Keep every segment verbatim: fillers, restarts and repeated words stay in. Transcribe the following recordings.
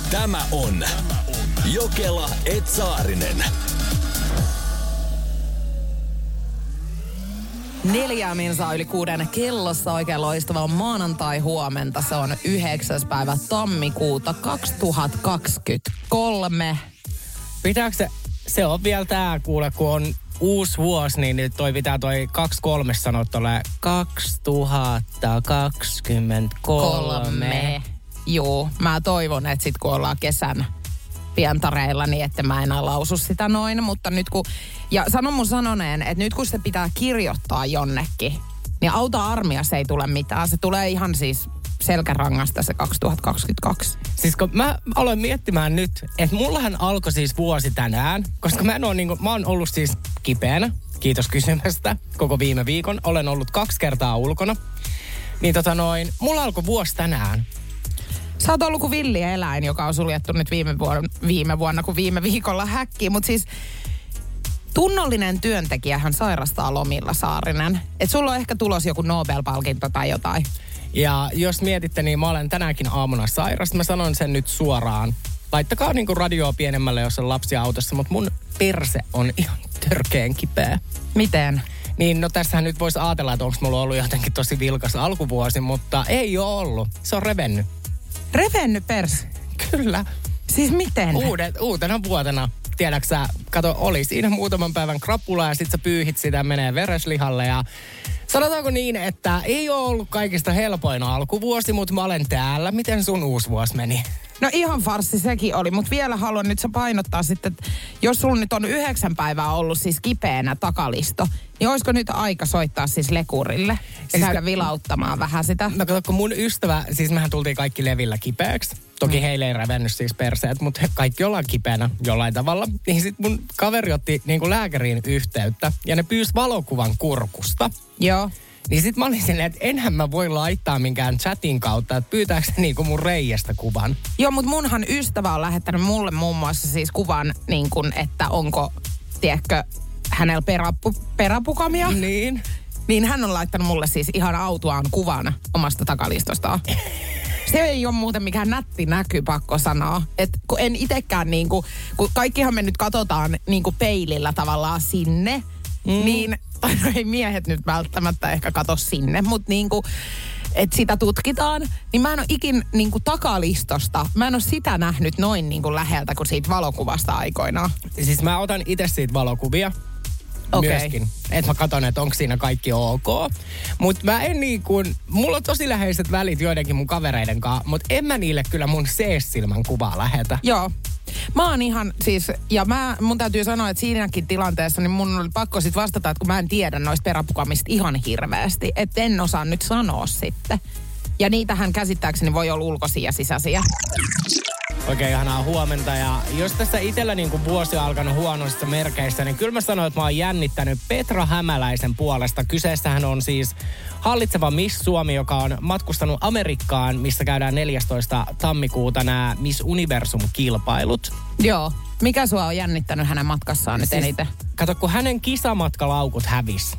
Tämä on Jokela et Saarinen. Neljä minsaa yli kuuden kellossa oikein loistava maanantai huomenta. Se on yhdeksäs päivä tammikuuta kaksituhattakaksikymmentäkolme. Pitääkö se, se on vielä tää kuule, kun on uusi vuosi, niin nyt toi pitää toi kaksi kolme sanoa tolle kaksituhattakaksikymmentäkolme. Kolme. Juu, mä toivon, että sit kun ollaan kesän pientareilla, niin että mä enää lausu sitä noin. Mutta nyt kun, ja sanon mun sanoneen, että nyt kun se pitää kirjoittaa jonnekin, niin auta armiassa ei tule mitään. Se tulee ihan siis selkärangasta se kaksituhattakaksikymmentäkaksi. Siis kun mä aloin miettimään nyt, että mullahan alkoi siis vuosi tänään, koska mä en ole niinku, mä oon ollut siis kipeänä, kiitos kysymästä, koko viime viikon. Olen ollut kaksi kertaa ulkona. Niin tota noin, mulla alkoi vuosi tänään. Sä oot ollut kuin villi eläin, joka on suljettu nyt viime vuonna, viime vuonna kuin viime viikolla häkkiin. Mutta siis tunnollinen työntekijähän sairastaa lomilla, Saarinen. Että sulla on ehkä tulos joku Nobel-palkinto tai jotain. Ja jos mietitte, niin mä olen tänäänkin aamuna sairas. Mä sanon sen nyt suoraan. Laittakaa niinku radioa pienemmälle, jos on lapsia autossa, mutta mun perse on ihan törkeen kipeä. Miten? Niin, no tässähän nyt voisi ajatella, että onko mulla ollut jotenkin tosi vilkas alkuvuosi, mutta ei ole ollut. Se on revennyt. Revennyt pers? Kyllä. Siis miten? Uudet, uutena vuotena. Tiedätkö sä, kato, oli siinä muutaman päivän krapula ja sit sä pyyhit sitä, menee vereslihalle ja sanotaanko niin, että ei ole ollut kaikista helpoin alkuvuosi, mutta mä olen täällä. Miten sun uusi vuosi meni? No ihan farssi sekin oli, mutta vielä haluan nyt sä painottaa sitten, että jos sulla nyt on yhdeksän päivää ollut siis kipeänä takalisto, niin olisiko nyt aika soittaa siis lekurille ja siis käydä vilauttamaan vähän sitä? No kato, kun mun ystävä, siis mehän tultiin kaikki levillä kipeäksi. Toki mm. heille ei revennyt siis perseet, mutta kaikki ollaan kipeänä jollain tavalla. Niin sit mun kaveri otti niin kuin lääkäriin yhteyttä ja ne pyysi valokuvan kurkusta. Joo. Niin sit mä olin silleen, että enhän mä voi laittaa minkään chatin kautta, että pyytääkö se niinku mun reiästä kuvan. Joo, mutta munhan ystävä on lähettänyt mulle muun muassa siis kuvan, niin kun, että onko, tiedätkö, hänellä peräpu, peräpukamia. Niin. Niin hän on laittanut mulle siis ihan autuaan kuvan omasta takalistostaan. Se ei ole muuten mikään nätti näky, pakko sanoa. Että kun en itekään niinku, kun kaikkihan me nyt katsotaan niinku peilillä tavallaan sinne, mm. niin no ei miehet nyt välttämättä ehkä kato sinne, mutta niinku, että sitä tutkitaan, niin mä en ole ikin niinku takalistosta, mä en ole sitä nähnyt noin niinku läheltä kuin siitä valokuvasta aikoinaan. Siis mä otan itse siitä valokuvia. Okay. Myöskin. Että mä katson, että onko siinä kaikki ok. Mutta mä en niin kuin, mulla on tosi läheiset välit joidenkin mun kavereiden kanssa, mutta en mä niille kyllä mun C-silmän kuvaa lähetä. Joo. Mä oon ihan siis, ja mä, mun täytyy sanoa, että siinäkin tilanteessa, niin mun oli pakko sit vastata, että kun mä en tiedä noista peräpukamista ihan hirveästi, että en osaa nyt sanoa sitten. Ja niitähän käsittääkseni voi olla ulkoisia ja sisäisiä. Oikein ihanaa huomenta, ja jos tässä itsellä niin kuin vuosi on alkanut huonoissa merkeissä, niin kyllä mä sanoin, että mä oon jännittänyt Petra Hämäläisen puolesta. Kyseessähän on siis hallitseva Miss Suomi, joka on matkustanut Amerikkaan, missä käydään neljästoista tammikuuta nämä Miss Universum-kilpailut. Joo. Mikä sua on jännittänyt hänen matkassaan nyt siis, eniten? Kato, kun hänen kisamatkalaukkut hävis.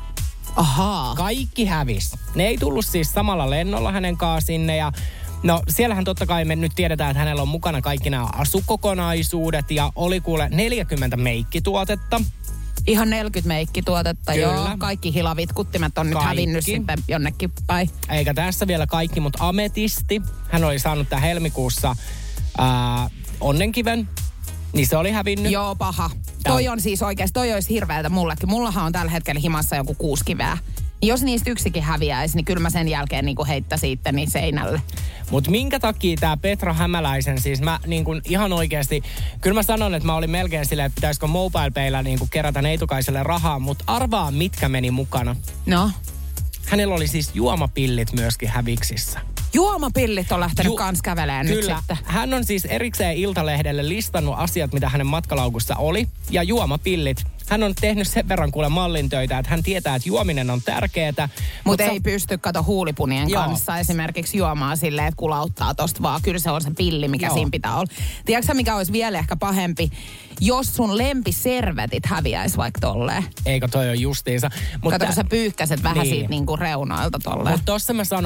Ahaa. Kaikki hävis. Ne ei tullut siis samalla lennolla hänen kanssaan sinne, ja no siellähän totta kai me nyt tiedetään, että hänellä on mukana kaikki nämä asukokonaisuudet ja oli kuule neljäkymmentä meikkituotetta. Ihan neljäkymmentä meikkituotetta, Kyllä. joo. Kaikki hilavitkuttimet on kaikki. Nyt hävinnyt sitten jonnekin päin. Eikä tässä vielä kaikki, mutta ametisti. Hän oli saanut tämän helmikuussa ää, onnenkiven, niin se oli hävinnyt. Joo, paha. Tää toi on siis oikeasti, toi olisi hirveältä mullekin. Mullahan on tällä hetkellä himassa joku kuusi kiveä. Jos niistä yksikin häviäisi, niin kyllä mä sen jälkeen niin kuin heittäisin itteni seinälle. Mutta minkä takia tämä Petra Hämäläisen, siis mä niin kuin ihan oikeasti, kyllä mä sanon, että mä olin melkein silleen, että pitäisikö MobilePaylla niin kuin kerätä Neitukaiselle rahaa, mutta arvaa mitkä meni mukana. No? Hänellä oli siis juomapillit myöskin häviksissä. Juomapillit on lähtenyt Ju- kans käveleen Kyllä. nyt sitten. Hän on siis erikseen Iltalehdelle listannut asiat, mitä hänen matkalaukussa oli. Ja juomapillit. Hän on tehnyt sen verran kuule mallintöitä, että hän tietää, että juominen on tärkeää. Mutta Mut ei sa- pysty kato huulipunien Joo. kanssa esimerkiksi juomaan silleen, että kulauttaa tosta vaan. Kyllä se on se pilli, mikä Joo. siinä pitää olla. Tiedätkö mikä olisi vielä ehkä pahempi, jos sun lempiservetit häviäisi vaikka tolleen? Eikö toi ole justiinsa? Mut Kato, tä- kun sä pyyhkäset vähän niin. siitä niinku reunoilta tolleen. Mutta tossa mä sanon,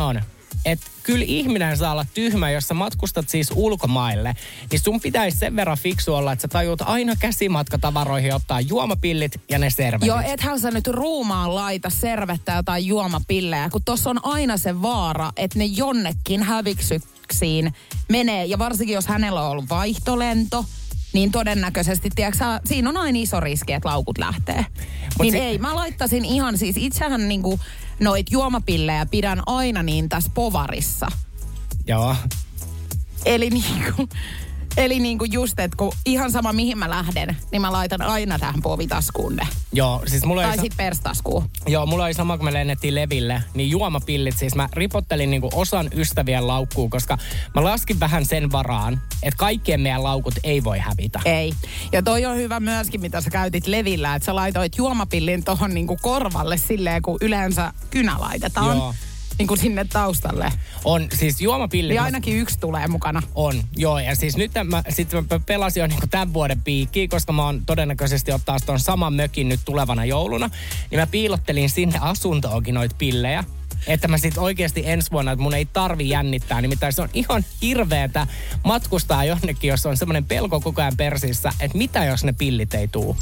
että kyllä ihminen saa olla tyhmä, jos sä matkustat siis ulkomaille, niin sun pitäisi sen verran fiksu olla, että sä tajuut aina käsimatkatavaroihin ottaa juomapillit ja ne servetit. Joo, ethän sä nyt ruumaan laita servettä jotain juomapillejä, kun tossa on aina se vaara, että ne jonnekin häviksyksiin menee. Ja varsinkin, jos hänellä on ollut vaihtolento, niin todennäköisesti, tiedätkö, siinä on aina iso riski, että laukut lähtee. Mut niin si- ei, mä laittaisin ihan siis, itsehän niinku noit juomapillejä pidän aina niin tässä povarissa. Joo. Eli niinku, eli niinku just, että kun ihan sama mihin mä lähden, niin mä laitan aina tähän povitaskuun ne. Joo, siis mulla Tai ei... sit perstaskuun. Joo, mulla oli sama, kun me lennettiin Leville, niin juomapillit, siis mä ripottelin niinku osan ystävien laukkuun, koska mä laskin vähän sen varaan, että kaikkien meidän laukut ei voi hävitä. Ei. Ja toi on hyvä myöskin, mitä sä käytit Levillä, että sä laitoit juomapillin tohon niinku korvalle silleen, kun yleensä kynä laitetaan. Joo. Niin kuin sinne taustalle. On, siis juomapillit... Ja ainakin yksi tulee mukana. On, joo. Ja siis nyt mä, sit mä pelasin jo niinku tämän vuoden piikkiä, koska mä oon todennäköisesti ottaa ton saman mökin nyt tulevana jouluna. Niin mä piilottelin sinne asuntoonkin noita pillejä. Että mä sit oikeasti ensi vuonna, että mun ei tarvi jännittää. Nimittäin se on ihan hirveetä matkustaa jonnekin, jos on semmoinen pelko koko ajan persissä, että mitä jos ne pillit ei tuu.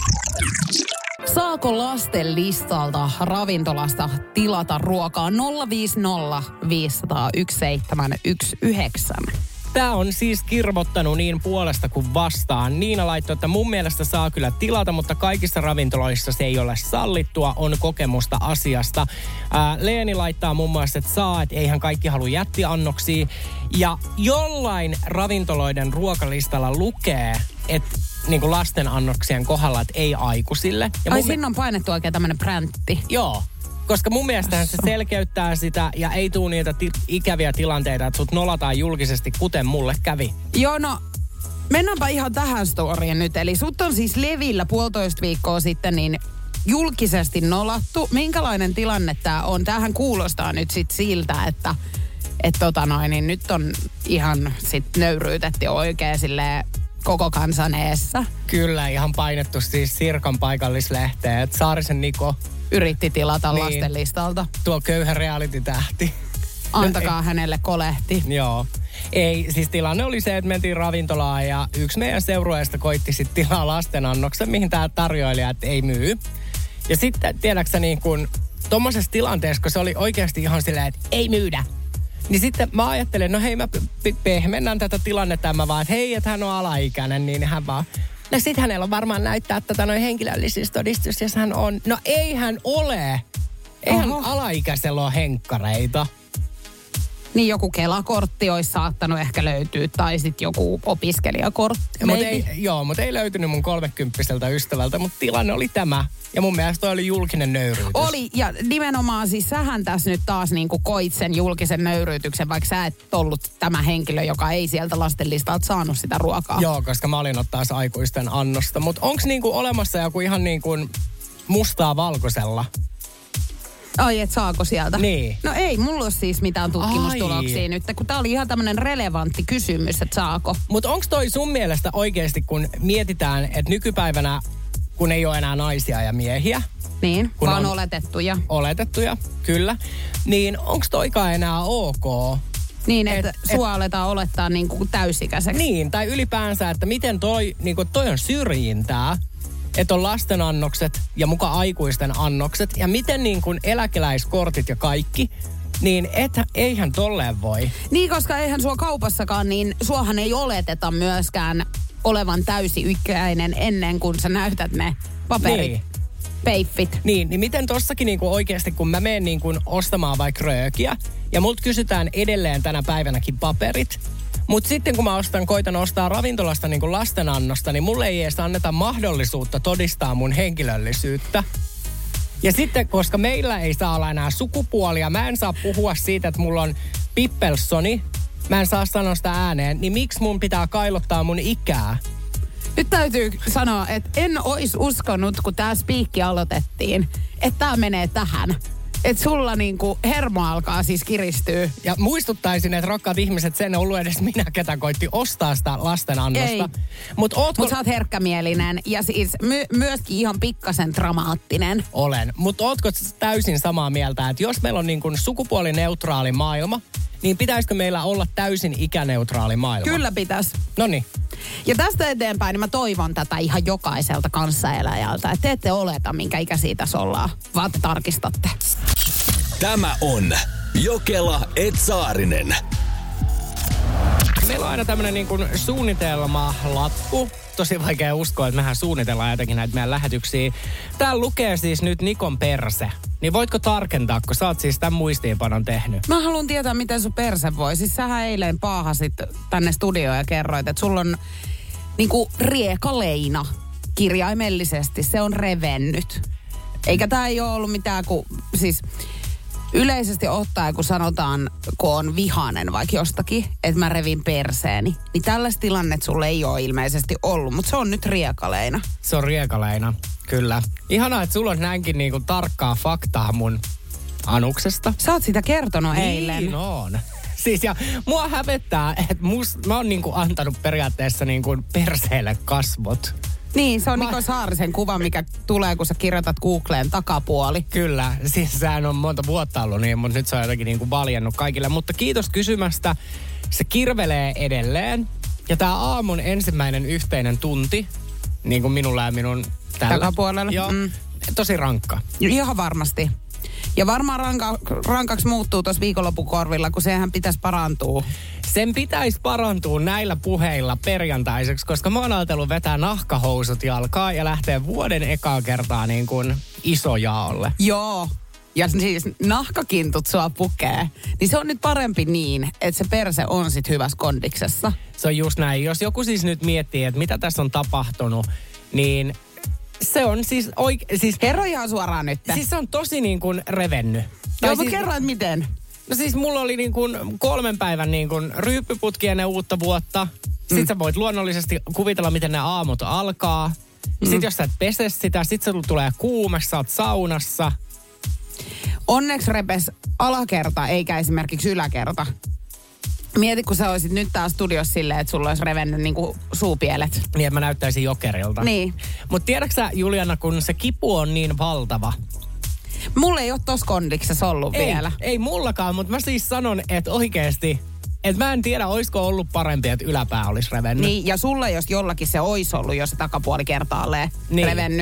Saako lasten listalta ravintolasta tilata ruokaa nolla viisi nolla viisi nolla nolla yksi seitsemän yksi yhdeksän? Tämä on siis kirvottanut niin puolesta kuin vastaan. Niina laittoi, että mun mielestä saa kyllä tilata, mutta kaikissa ravintoloissa se ei ole sallittua, on kokemusta asiasta. Ää, Leeni laittaa muun muassa, että saa, että eihän kaikki halua jättiannoksia. Ja jollain ravintoloiden ruokalistalla lukee, että niin kuin lasten annoksien kohdalla, että ei aikuisille. Ja Ai mun sinne on painettu oikein tämmönen präntti. Joo. Koska mun mielestähän se selkeyttää sitä ja ei tule niitä ti- ikäviä tilanteita, että sut nolataan julkisesti, kuten mulle kävi. Joo, no mennäänpä ihan tähän storiin nyt. Eli sut on siis Levillä puolitoista viikkoa sitten niin julkisesti nolattu. Minkälainen tilanne tää on? Tämähän kuulostaa nyt sit siltä, että et tota noin, niin nyt on ihan sit nöyryytetty oikein silleen koko kansan eessä. Kyllä, ihan painettu siis Sirkan paikallislehteen, että Saarisen Niko Yritti tilata niin, lasten listalta. Tuo köyhä reality-tähti. Antakaa hänelle kolehti. Joo. Ei, siis tilanne oli se, että mentiin ravintolaan ja yksi meidän seurueesta koitti sitten tilaa lastenannoksen, mihin tämä tarjoilija ei myy. Ja sitten, tiedätkö niin kuin tommosessa tilanteessa, kun se oli oikeasti ihan silleen, että ei myydä. Niin sitten mä ajattelen, no hei mä pehmennän tätä tilannetta ja mä vaan, että hei, että hän on alaikäinen, niin hän vaan... No sit hänellä on varmaan näyttää tätä noin henkilöllisyystodistus, jos hän on. No ei hän ole. Eihän Oho. alaikäisellä ole henkkareita. Niin joku Kela-kortti olisi saattanut ehkä löytyä, tai sitten joku opiskelijakortti. Mut ei, joo, mutta ei löytynyt mun kolmekymppiseltä ystävältä, mutta tilanne oli tämä. Ja mun mielestä toi oli julkinen nöyryytys. Oli, ja nimenomaan siis sähän tässä nyt taas niin kuin koit sen julkisen nöyryytyksen, vaikka sä et ollut tämä henkilö, joka ei sieltä lastenlistalta saanut sitä ruokaa. Joo, koska mä olin ottaa aikuisten annosta. Mutta onko niinku olemassa joku ihan niin kuin mustaa valkoisella? Ai, et saako sieltä? Niin. No ei, mulla ole siis mitään tutkimustuloksia Ai. nyt, kun tää oli ihan tämmönen relevantti kysymys, että saako. Mutta onko toi sun mielestä oikeasti, kun mietitään, että nykypäivänä, kun ei ole enää naisia ja miehiä. Niin, vaan on oletettuja. Oletettuja, kyllä. Niin onko toikaan enää ok? Niin, että et, sua et, aletaan olettaa niin kuin täysikäiseksi. Niin, tai ylipäänsä, että miten toi, niin kuin toi on syrjintää. Että on lasten annokset ja muka aikuisten annokset. Ja miten niin kuin eläkeläiskortit ja kaikki, niin et, eihän tolleen voi. Niin, koska eihän sua kaupassakaan, niin suohan ei oleteta myöskään olevan täysi-ikäinen ennen kuin sä näytät ne paperit. Niin. Peiffit. Niin, niin miten tossakin niinku oikeasti, kun mä menen niinku ostamaan vaikka röökiä, ja multa kysytään edelleen tänä päivänäkin paperit, mutta sitten kun mä ostan, koitan ostaa ravintolasta niinku lastenannosta, niin mulle ei edes anneta mahdollisuutta todistaa mun henkilöllisyyttä. Ja sitten, koska meillä ei saa olla enää sukupuolia, mä en saa puhua siitä, että mulla on Pippelsoni, mä en saa sanoa sitä ääneen, niin miksi mun pitää kailottaa mun ikää? Nyt täytyy sanoa, että en olisi uskonut, kun tämä spiikki aloitettiin, että tämä menee tähän. että sulla niinku hermo alkaa siis kiristyä. Ja muistuttaisin, että rakkaat ihmiset, sen on ollut edes minä, ketä koitti ostaa sitä lastenannosta. Ei. Mutta ootko... Mut sä oot herkkämielinen ja siis my- myöskin ihan pikkasen dramaattinen. Olen. Mutta ootko täysin samaa mieltä, että jos meillä on niin kuin sukupuolineutraali maailma, niin pitäisikö meillä olla täysin ikäneutraali maailma? Kyllä pitäisi. Noniin. Ja tästä eteenpäin niin mä toivon tätä ihan jokaiselta kanssaeläjältä, että te ette oleta, minkä ikäisiä tässä ollaan, vaan te tarkistatte. Tämä on Jokela et Saarinen. Meillä on aina tämmönen niin kuin suunnitelma-lappu. Tosi vaikea uskoa, että mehän suunnitellaan jotenkin näitä meidän lähetyksiä. Täällä lukee siis nyt Nikon perse. Niin voitko tarkentaa, kun sä oot siis tämän muistiinpanon tehnyt? Mä haluan tietää, miten sun perse voi. Siis sähän eilen paahasit tänne studioon ja kerroit, että sulla on niinku riekaleina kirjaimellisesti. Se on revennyt. Eikä tää ei ole ollut mitään kuin, siis yleisesti ottaen, kun sanotaan, kun on vihanen vaikka jostakin, että mä revin perseeni, niin tällaista tilannetta sulle ei ole ilmeisesti ollut, mutta se on nyt riekaleina. Se on riekaleina, kyllä. Ihanaa, että sulla on näinkin niinku tarkkaa faktaa mun anuksesta. Sä oot sitä kertonut niin eilen. Niin on. Siis ja mua hävettää, että mus, mä oon niinku antanut periaatteessa niinku perseelle kasvot. Niin, se on Mä... Niko Saarisen kuva, mikä tulee, kun sä kirjoitat Googleen takapuoli. Kyllä, siis sehän on monta vuotta ollut niin, mutta nyt se on jotenkin niin kuin valjennut kaikille. Mutta kiitos kysymästä. Se kirvelee edelleen. Ja tää aamun ensimmäinen yhteinen tunti, niin kuin minulla ja minun tällä. Takapuolella. Joo, mm. tosi rankka. Ihan varmasti. Ja varmaan ranka, rankaksi muuttuu tuossa viikonloppukorvilla, kun sehän pitäisi parantua. Sen pitäisi parantua näillä puheilla perjantaiseksi, koska mä oon ajatellut vetää nahkahousut jalkaan ja lähteä vuoden ekaa kertaa niin kuin isojaolle. Joo. Ja siis nahkakintut sua pukee. Niin se on nyt parempi niin, että se perse on sit hyvässä kondiksessa. Se on just näin. Jos joku siis nyt miettii, että mitä tässä on tapahtunut, niin se on siis oikein... Siis, kerro ihan suoraan nyt. Siis se on tosi niin kuin revennyt. Joo, mutta siis, kerro, että miten? No siis mulla oli niin kuin kolmen päivän niin kuin ryyppyputki ennen uutta vuotta. Sitten mm. sä voit luonnollisesti kuvitella, miten ne aamut alkaa. Mm. Sitten jos sä et pese sitä, sitten se tulee kuume, sä oot saunassa. Onneksi repes alakerta, eikä esimerkiksi yläkerta. Mieti, kun sä olisit nyt taas studiossa silleen, että sulla olisi revennyt niinku suupielet. Niin, että mä näyttäisin jokerilta. Niin. Mutta tiedätkö sä, Juliana, kun se kipu on niin valtava. Mulla ei ole tossa kondiksessa ollut ei, vielä. Ei mullakaan, mutta mä siis sanon, että oikeesti, että mä en tiedä, olisiko ollut parempi, että yläpää olisi revennyt. Niin, ja sulla jos jollakin se olisi ollut, jos se takapuoli kertaalleen niin. revennyt.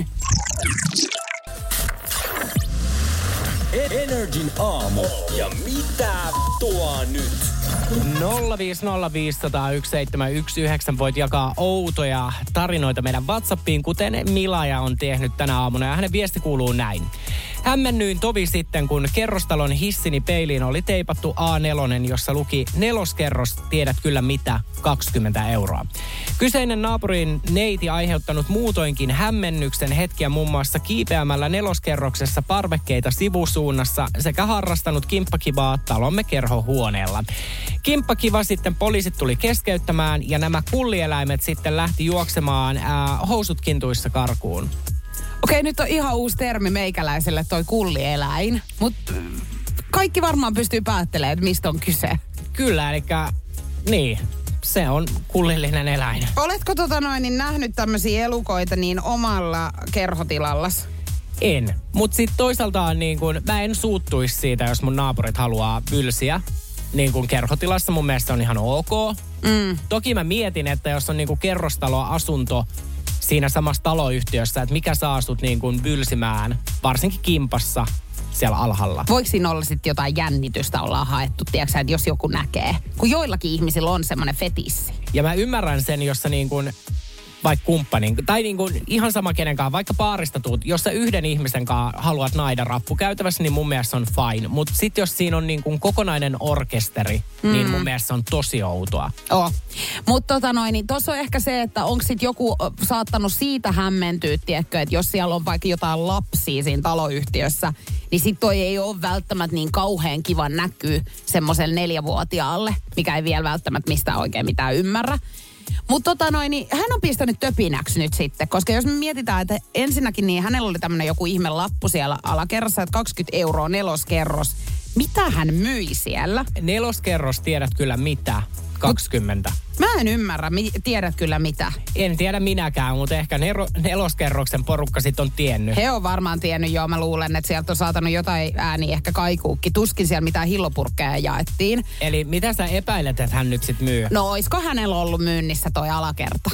Energin aamu. Ja mitä tuo nyt? nolla viisi nolla viisi nolla nolla yksi seitsemän yksi yhdeksän voit jakaa outoja tarinoita meidän WhatsAppiin, kuten Milaja on tehnyt tänä aamuna. Ja hänen viesti kuuluu näin. Hämmennyin tovi sitten, kun kerrostalon hissini peiliin oli teipattu A neljä, jossa luki neloskerros, tiedät kyllä mitä, kaksikymmentä euroa. Kyseinen naapurin neiti aiheuttanut muutoinkin hämmennyksen hetkiä muun muassa kiipeämällä neloskerroksessa parvekkeita sivusuunnassa sekä harrastanut kimppakivaa talomme kerhohuoneella. Kimppakiva sitten poliisit tuli keskeyttämään ja nämä kullieläimet sitten lähti juoksemaan ää, housut kintuissa karkuun. Okei, nyt on ihan uusi termi meikäläiselle toi kullieläin, mutta kaikki varmaan pystyy päättelemään, että mistä on kyse. Kyllä, eli niin, se on kullillinen eläin. Oletko tota noin, niin nähnyt tämmöisiä elukoita niin omalla kerhotilallas? En, mutta sitten toisaalta on niin kuin, mä en suuttuisi siitä, jos mun naapurit haluaa pylsiä niin kuin kerhotilassa. Mun mielestä on ihan ok. Mm. Toki mä mietin, että jos on niin kuin kerrostaloasunto siinä samassa taloyhtiössä, että mikä saa sut niin kuin bylsimään, varsinkin kimpassa siellä alhaalla. Voiko siinä olla sitten jotain jännitystä ollaan haettu, tiedätkö, että jos joku näkee? Kun joillakin ihmisillä on semmoinen fetissi. Ja mä ymmärrän sen, jos sä niin kuin vaikka kumppanin, tai niin kuin ihan sama kenenkaan, vaikka paarista tuut, jos sä yhden ihmisen kanssa haluat naida rappukäytävässä, niin mun mielestä se on fine. Mutta sit jos siinä on niin kuin kokonainen orkesteri, mm. niin mun mielestä se on tosi outoa. Oh. Mutta tota noin, niin tossa on ehkä se, että onko sit joku saattanut siitä hämmentyä, tiedätkö, että jos siellä on vaikka jotain lapsia siinä taloyhtiössä, niin sit toi ei ole välttämättä niin kauhean kivan näkyy semmoiselle neljävuotiaalle, mikä ei vielä välttämättä mistään oikein mitään ymmärrä. Mutta tota noin, niin hän on pistänyt töpinäksi nyt sitten, koska jos me mietitään, että ensinnäkin niin hänellä oli tämmöinen joku ihme lappu siellä alakerrassa, että kaksikymmentä euroa neloskerros. Mitä hän myi siellä? Neloskerros, tiedät kyllä mitä. kaksikymmentä. Mä en ymmärrä, mi- tiedät kyllä mitä. En tiedä minäkään, mutta ehkä nero- neloskerroksen porukka sitten on tiennyt. He on varmaan tiennyt, joo, mä luulen, että sieltä on saatanut jotain ääniä, ehkä kaikuukki. Tuskin siellä mitään hillopurkkeja jaettiin. Eli mitä sä epäilet, että hän nyt sit myy? No oisko hänellä ollut myynnissä toi alakerta?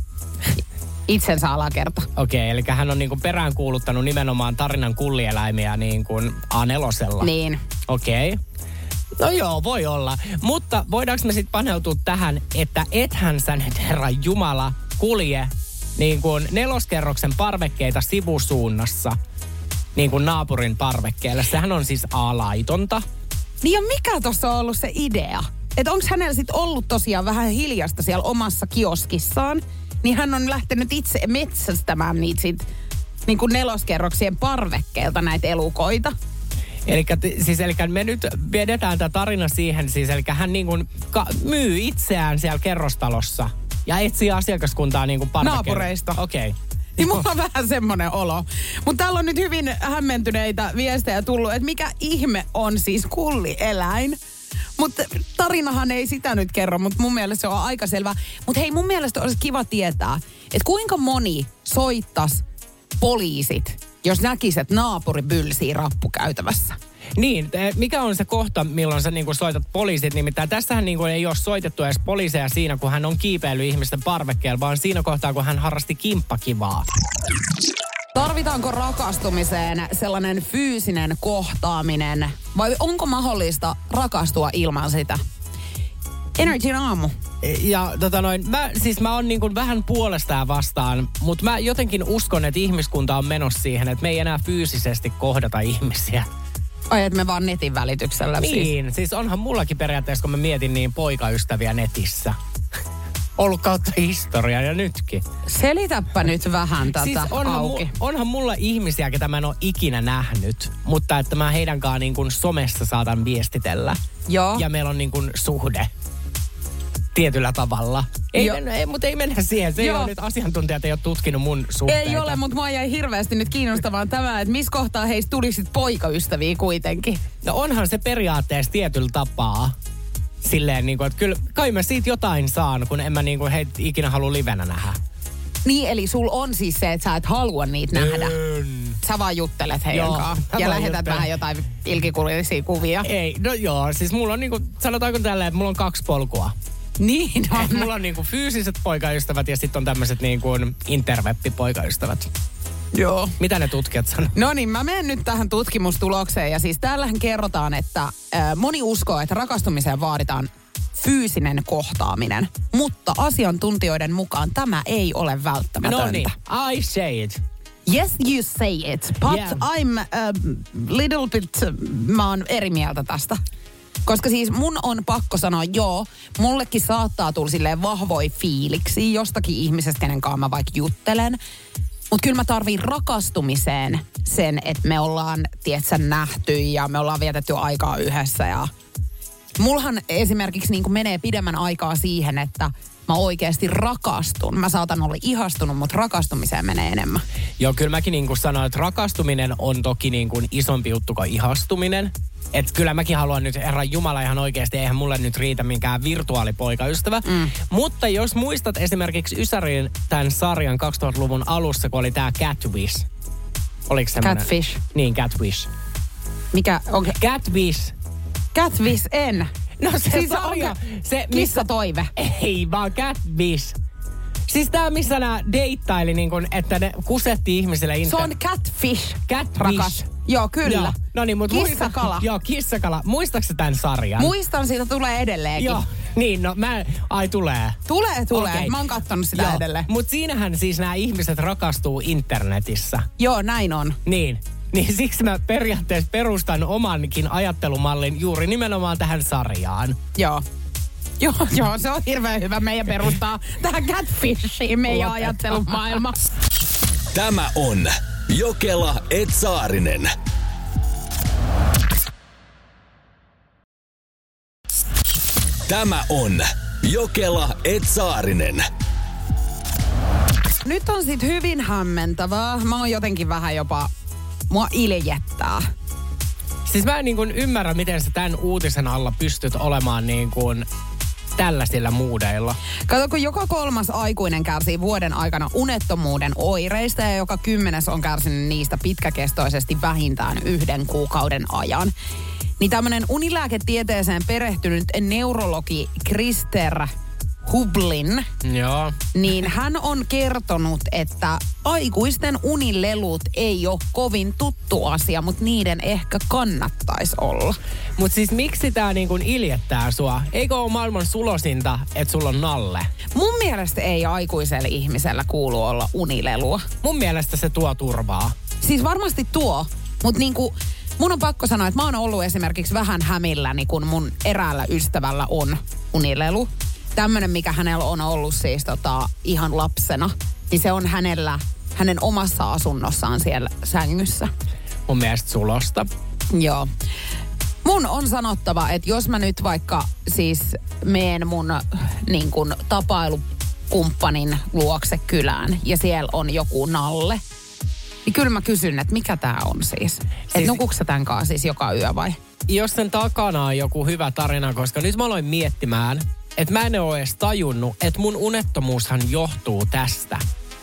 Itsensä alakerta. Okei, eli hän on niinku peräänkuuluttanut nimenomaan tarinan kullieläimiä niin kuin A neljä. Niin. Okei. No joo, voi olla. Mutta voidaanko me sitten paneutua tähän, että ethän sä nyt, Herran Jumala, kulje niin kuin neloskerroksen parvekkeita sivusuunnassa niin kuin naapurin parvekkeelle. Sehän on siis A-laitonta. Niin ja mikä tuossa on ollut se idea? Että onko hänellä sitten ollut tosiaan vähän hiljasta siellä omassa kioskissaan, niin hän on lähtenyt itse metsästämään niitä sit niin kuin neloskerroksien parvekkeelta näitä elukoita. Elikkä, siis, elikkä me nyt vedetään tämä tarina siihen, siis eli hän niin kuin ka- myy itseään siellä kerrostalossa ja etsii asiakaskuntaa niin kuin parvekkeella. Naapureista. Okei. Okay. Niin mulla on vähän semmoinen olo. Mutta täällä on nyt hyvin hämmentyneitä viestejä tullut, että mikä ihme on siis kullieläin. Mutta tarinahan ei sitä nyt kerro, mutta mun mielestä se on aika selvä. Mutta hei, mun mielestä olisi kiva tietää, että kuinka moni soittas poliisit, jos näkis, että naapuri bylsii rappukäytävässä. Niin, mikä on se kohta, milloin sä niinku soitat poliisit? Nimittäin tässähän niinku ei ole soitettu edes poliiseja siinä, kun hän on kiipeillyt ihmisten parvekkeella, vaan siinä kohtaa, kun hän harrasti kimppakivaa. Tarvitaanko rakastumiseen sellainen fyysinen kohtaaminen, vai onko mahdollista rakastua ilman sitä? Energin aamu. Ja tota noin, mä, siis mä oon niin kuin vähän puolesta ja vastaan, mutta mä jotenkin uskon, että ihmiskunta on menossa siihen, että me ei enää fyysisesti kohdata ihmisiä. Ai, että me vaan netin välityksellä Niin, siis. siis onhan mullakin periaatteessa, kun mä mietin niin poikaystäviä netissä. Ollut kautta historiaa ja nytkin. Selitäpä nyt vähän tätä siis onhan auki. Mu, onhan mulla ihmisiä, ketä mä en ole ikinä nähnyt, mutta että mä heidän kanssaan niin kuin somessa saatan viestitellä. Joo. Ja meillä on niin kuin suhde. Tietyllä tavalla. Ei, mennä, ei, mutta ei mennä siihen. Se ei ole nyt, asiantuntijat ei ole tutkinut mun suhteita. Ei ole, mutta mua jäi hirveästi nyt kiinnostavaan tämä, että missä kohtaa heistä tulisit poikaystäviä kuitenkin. No onhan se periaatteessa tietyllä tapaa. Silleen niin kuin, että kyllä kai mä siitä jotain saan, kun en mä niin kuin heitä ikinä halua livenä nähdä. Niin, eli sul on siis se, että sä et halua niitä nähdä. En. Sä vaan juttelet heidän Joo, kanssa. mä Ja vaan lähetät juttelen. vähän jotain ilkikurillisia kuvia. Ei, no joo, siis mulla on niin kuin, sanotaanko tälleen, että mulla on kaksi polkua. Niin on. Et mulla on niinku fyysiset poikaystävät ja sitten on tämmöiset niinku interwebbi-poikaystävät. Joo. Mitä ne tutkijat sanoo? No niin, mä menen nyt tähän tutkimustulokseen. Ja siis täällähän kerrotaan, että äh, moni uskoo, että rakastumiseen vaaditaan fyysinen kohtaaminen. Mutta asiantuntijoiden mukaan tämä ei ole välttämätöntä. No niin, I say it. Yes, you say it. But Yeah. I'm a little bit, mä oon eri mieltä tästä. Koska siis mun on pakko sanoa, joo, mullekin saattaa tulla silleen vahvoi fiiliksi jostakin ihmisestä, kenen kanssa mä vaikka juttelen. Mutta kyllä mä tarviin rakastumiseen sen, että me ollaan, tietsä, nähty ja me ollaan vietetty aikaa yhdessä. Ja mulhan esimerkiksi niin kuin menee pidemmän aikaa siihen, että mä oikeasti rakastun. Mä saatan olla ihastunut, mutta rakastumiseen menee enemmän. Joo, kyllä mäkin niin kuin sanoin, että rakastuminen on toki niin kuin isompi juttu kuin ihastuminen. Että kyllä mäkin haluan nyt, Herran Jumala, ihan oikeasti, eihän mulle nyt riitä minkään virtuaalipoikaystävä. Mm. Mutta jos muistat esimerkiksi Ysärin tämän sarjan kaksituhattaluvun alussa, kun oli tää Catwish. Oliko semmoinen? Catfish. Niin, Catwish. Mikä, onko Catwish. Catfish en. No se Siis sarja, onko se Kissa toive. Ei, vaan Catfish. Siis tää, missä nää deittaili, niin kun, että ne kusetti ihmisille inter... Se on catfish. Catfish. Rakas. Joo, kyllä. Joo. No niin, mutta Kissakala. Joo, kissakala. Muistatko tämän sarjan? Muistan, siitä tulee edelleenkin. Joo, niin, no mä... Ai, tulee. Tulee, tulee. Okei. Mä oon kattonut sitä Joo, edelleen. mutta siinähän siis nämä ihmiset rakastuu internetissä. Joo, näin on. Niin. Niin siksi mä periaatteessa perustan omankin ajattelumallin juuri nimenomaan tähän sarjaan. Joo. Joo, joo, se on hirveän hyvä meidän perustaa tähän catfishiin meidän Lopetaan. ajattelumaailma. Tämä on Jokela et Saarinen. Tämä on Jokela et Saarinen. Nyt on sit hyvin hämmentävää. Mä oon jotenkin vähän jopa, mua iljettää. Siis mä en niin kuin ymmärrä, miten sä tämän uutisen alla pystyt olemaan niin kuin tällaisilla muudeilla. Kato, kun joka kolmas aikuinen kärsii vuoden aikana unettomuuden oireista ja joka kymmenes on kärsinyt niistä pitkäkestoisesti vähintään yhden kuukauden ajan. Niin tämmönen unilääketieteeseen perehtynyt neurologi Krister Hublin, Joo. niin hän on kertonut, että aikuisten unilelut ei ole kovin tuttu asia, mutta niiden ehkä kannattaisi olla. Mut siis miksi tää niin kuin iljettää sua? Eikö ole maailman sulosinta, että sulla on nalle? Mun mielestä ei aikuiselle ihmisellä kuulu olla unilelua. Mun mielestä se tuo turvaa. Siis varmasti tuo, mutta niinku, mun on pakko sanoa, että mä oon ollut esimerkiksi vähän hämilläni, kun mun eräällä ystävällä on unilelu. Tämmönen, mikä hänellä on ollut siis tota, ihan lapsena, niin se on hänellä, hänen omassa asunnossaan siellä sängyssä. Mun mielestä sulosta. Joo. Mun on sanottava, että jos mä nyt vaikka siis meen mun niin kun tapailukumppanin luokse kylään ja siellä on joku nalle, niin kyllä mä kysyn, että mikä tää on siis? siis että nukuuko sä tän kanssa siis joka yö vai? Jos sen takana on joku hyvä tarina, koska nyt mä aloin miettimään, että mä en ole edes tajunnut, että mun unettomuushan johtuu tästä.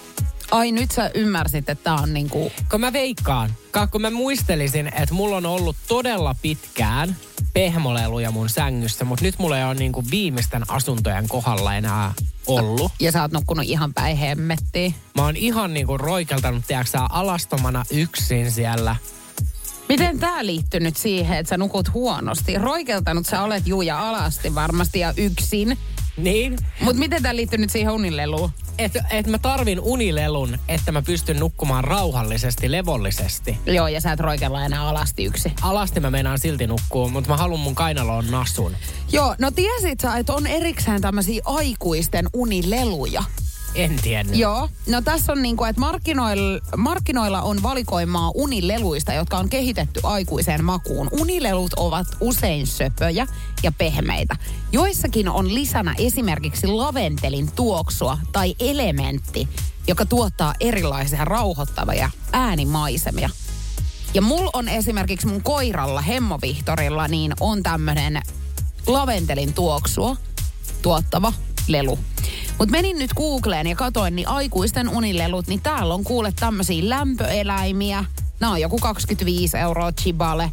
Ai nyt sä ymmärsit, että tää on niinku... Kun mä veikkaan, kun mä muistelisin, että mulla on ollut todella pitkään pehmoleluja mun sängyssä, mutta nyt mulla ei ole niinku viimeisten asuntojen kohdalla enää ollut. Ja sä oot nukkunut ihan päin hemmettiin. Mä oon ihan niinku roikeltanut, tiedätkö sä, alastomana yksin siellä. Miten tää liittyy nyt siihen, että sä nukut huonosti? Roikeltanut sä olet juja alasti varmasti ja yksin. Niin. Mut miten tää liittyy nyt siihen unileluun? Että et mä tarvin unilelun, että mä pystyn nukkumaan rauhallisesti, levollisesti. Joo, ja sä et roikella enää alasti yksi. Alasti mä meinaan silti nukkua, mutta mä haluan mun kainaloon nasun. Joo, no tiesit sä, että on erikseen tämmöisiä aikuisten unileluja? En tiennyt. Joo, no tässä on niinku, että markkinoilla, markkinoilla on valikoimaa unileluista, jotka on kehitetty aikuiseen makuun. Unilelut ovat usein söpöjä ja pehmeitä. Joissakin on lisänä esimerkiksi laventelin tuoksua tai elementti, joka tuottaa erilaisia rauhoittavia äänimaisemia. Ja mulla on esimerkiksi mun koiralla, Hemmo-Vihtorilla, niin on tämmönen laventelin tuoksua tuottava lelu. Mutta menin nyt Googleen ja katoin, niin aikuisten unilelut, niin täällä on kuule tämmöisiä lämpöeläimiä. Nämä on joku kaksikymmentäviisi euroa chibale.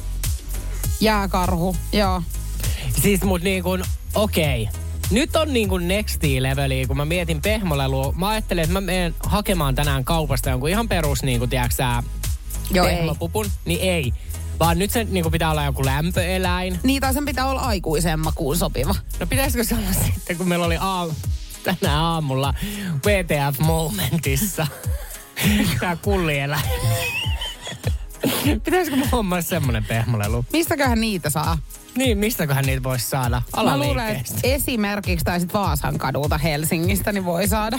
Jääkarhu, joo. Siis mut niin kuin, okei. Okay. Nyt on niin kuin nexti leveliä, kun mä mietin pehmolelua. Mä ajattelin, että mä menen hakemaan tänään kaupasta jonkun ihan perus, niin kuin tiedätkö sä, pehmopupun. Niin ei. Vaan nyt se niin kuin pitää olla joku lämpöeläin. Niin, tai sen pitää olla aikuiseen makuun sopiva. No pitäisikö se olla sitten, kun meillä oli aamu, tänään aamulla W T F-momentissa tää kullieläin. Pitäisikö mä hommaa semmonen pehmolelu? Mistäköhän niitä saa? Niin, mistäköhän niitä voisi saada? Mä luulen, että esimerkiksi tai sit Vaasan kadulta Helsingistä niin voi saada.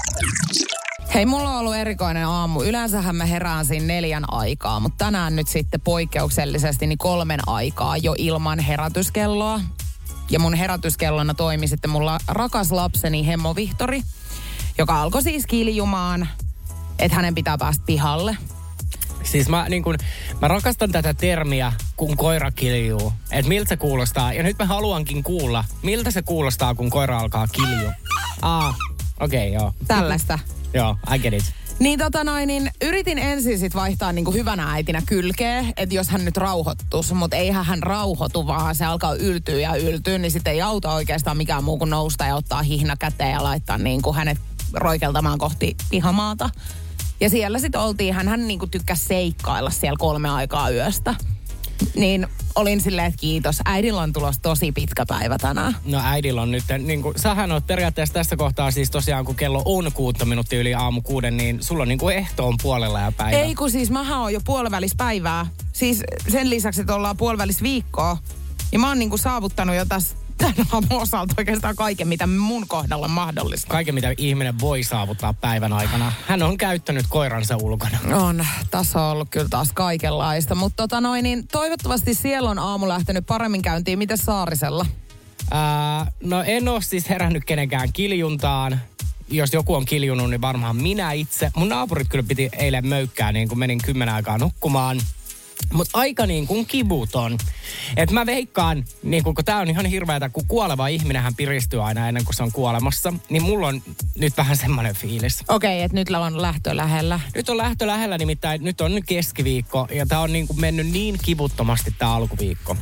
Hei, mulla on ollut erikoinen aamu. Yleensähän mä herään siinä neljän aikaa, mutta tänään nyt sitten poikkeuksellisesti niin kolmen aikaa jo ilman herätyskelloa. Ja mun herätyskellona toimi sitten mulla rakas lapseni Hemmo-Vihtori, joka alkoi siis kiljumaan, että hänen pitää päästä pihalle. Siis mä, niin kun, mä rakastan tätä termiä, kun koira kiljuu. Että miltä se kuulostaa. Ja nyt mä haluankin kuulla, miltä se kuulostaa, kun koira alkaa kiljua. Aa, okei, okay, joo. Tällaista. Joo, I get it. Niin tota noin, niin yritin ensin sit vaihtaa niinku hyvänä äitinä kylkeä, että jos hän nyt rauhoittus, mutta eihän hän rauhoitu, vaan se alkaa yltyä ja yltyä, niin sitten ei auta oikeastaan mikään muu kuin nousta ja ottaa hihna käteen ja laittaa niinku hänet roikeltamaan kohti pihamaata. Ja siellä sitten oltiin, hän, hän niinku tykkäsi seikkailla siellä kolme aikaa yöstä. Niin olin silleen, että kiitos. Äidillä on tulossa tosi pitkä päivä tänään. No äidillä on nyt, niin kuin, sähän oot periaatteessa tässä kohtaa siis tosiaan, kun kello on kuutta minuuttia yli aamu kuuden, niin sulla on niin kuin ehtoon puolella ja päivä. Ei kun siis mähän on jo puolivälis päivää. Siis sen lisäksi, että ollaan puolivälis viikkoa. Ja mä oon niin kuin saavuttanut jo tässä tämän aamun osalta oikeastaan kaiken, mitä mun kohdalla on mahdollista. Kaiken, mitä ihminen voi saavuttaa päivän aikana. Hän on käyttänyt koiransa ulkona. On. Tässä on ollut kyllä taas kaikenlaista. Mutta tota noin, niin toivottavasti siellä on aamu lähtenyt paremmin käyntiin. Miten Saarisella? Ää, no en ole siis herännyt kenenkään kiljuntaan. Jos joku on kiljunut, niin varmaan minä itse. Mun naapurit kyllä piti eilen möykkää, niin kun menin kymmenen aikaa nukkumaan. Mutta aika niin kuin kivuton. Että mä veikkaan, niin kun tää on ihan hirveätä, kun kuoleva ihminenhän piristyy aina ennen kuin se on kuolemassa. Niin mulla on nyt vähän semmoinen fiilis. Okei, okay, että nyt on lähtö lähellä. Nyt on lähtö lähellä, nimittäin nyt on nyt keskiviikko. Ja tää on niin kuin mennyt niin kivuttomasti tää alkuviikko.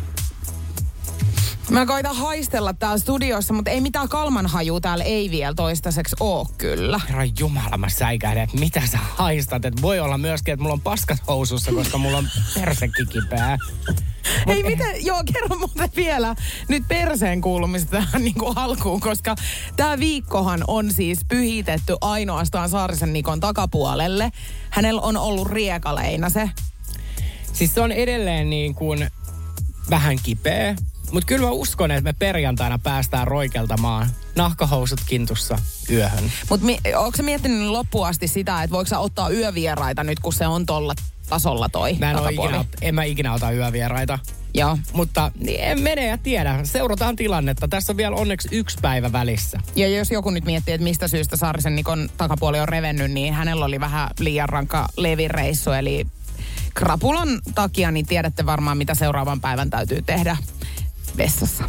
Mä koitan haistella täällä studiossa, mutta ei mitään kalmanhajua täällä ei vielä toistaiseksi oo kyllä. Herran jumala, mä säikähdän, että mitä sä haistat. Että voi olla myöskin, että mulla on paskat housussa, koska mulla on persekki kipeä. Hei, miten, joo, kerro muuten vielä nyt perseen kuulumista tähän niin kuin alkuun, koska tämä viikkohan on siis pyhitetty ainoastaan Saarisen Nikon takapuolelle. Hänellä on ollut riekaleina se. Siis se on edelleen niin kuin vähän kipeä. Mutta kyllä mä uskon, että me perjantaina päästään roikeltamaan nahkahousut kintussa yöhön. Mutta mi- onko sä miettinyt loppuun asti sitä, että voiko sä ottaa yövieraita nyt, kun se on tolla tasolla toi mä en, takapuoli? ikinä, en mä ikinä ota yövieraita. Joo. Mutta en mene ja tiedä. Seurataan tilannetta. Tässä on vielä onneksi yksi päivä välissä. Ja jos joku nyt miettii, että mistä syystä Saarisen Nikon takapuoli on revennyt, niin hänellä oli vähän liian rankka levireissu, eli krapulan takia, niin tiedätte varmaan, mitä seuraavan päivän täytyy tehdä vessassa.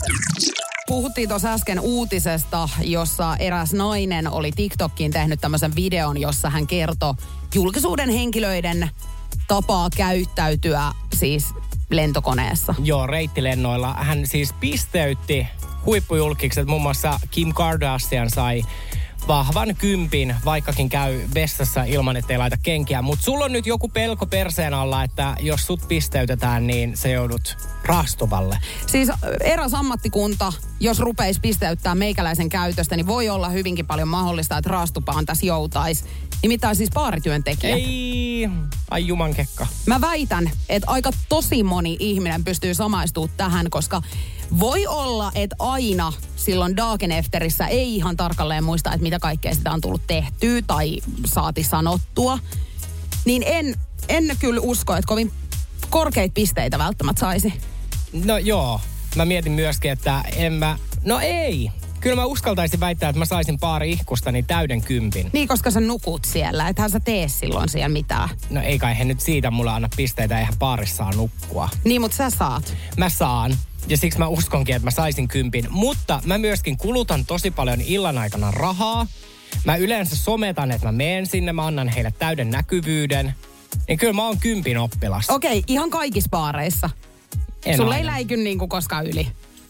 Puhuttiin tuossa äsken uutisesta, jossa eräs nainen oli TikTokkiin tehnyt tämmöisen videon, jossa hän kertoi julkisuuden henkilöiden tapaa käyttäytyä siis lentokoneessa. Joo, reittilennoilla. Hän siis pisteytti huippujulkikset, muun muassa Kim Kardashian sai vahvan kympin, vaikkakin käy vessassa ilman, ettei laita kenkiä. Mutta sulla on nyt joku pelko perseen alla, että jos sut pisteytetään, niin se joudut raastuvalle. Siis eräs ammattikunta, jos rupeisi pisteyttää meikäläisen käytöstä, niin voi olla hyvinkin paljon mahdollista, että raastupaan tässä joutaisi. Nimittäin siis baarityöntekijät. Ei, ai jumankekka. Mä väitän, että aika tosi moni ihminen pystyy samaistumaan tähän, koska voi olla, että aina silloin Dagenefterissä ei ihan tarkalleen muista, että mitä kaikkea sitä on tullut tehtyä tai saati sanottua. Niin en, en kyllä usko, että kovin korkeita pisteitä välttämättä saisi. No joo, mä mietin myöskin, että en mä, no ei. Kyllä mä uskaltaisin väittää, että mä saisin baari ihkustani täyden kympin. Niin, koska sä nukut siellä, ethän sä tee silloin siellä mitään. No ei kai he nyt siitä mulle anna pisteitä, eihän baarissa saa nukkua. Niin, mutta sä saat. Mä saan. Ja siksi mä uskonkin, että mä saisin kympin. Mutta mä myöskin kulutan tosi paljon illan aikana rahaa. Mä yleensä sometan, että mä menen sinne, mä annan heille täyden näkyvyyden. Niin kyllä mä oon kympin oppilas. Okei, okay, ihan kaikissa baareissa. En Sulla aina. ei läiky niinku koskaan yli.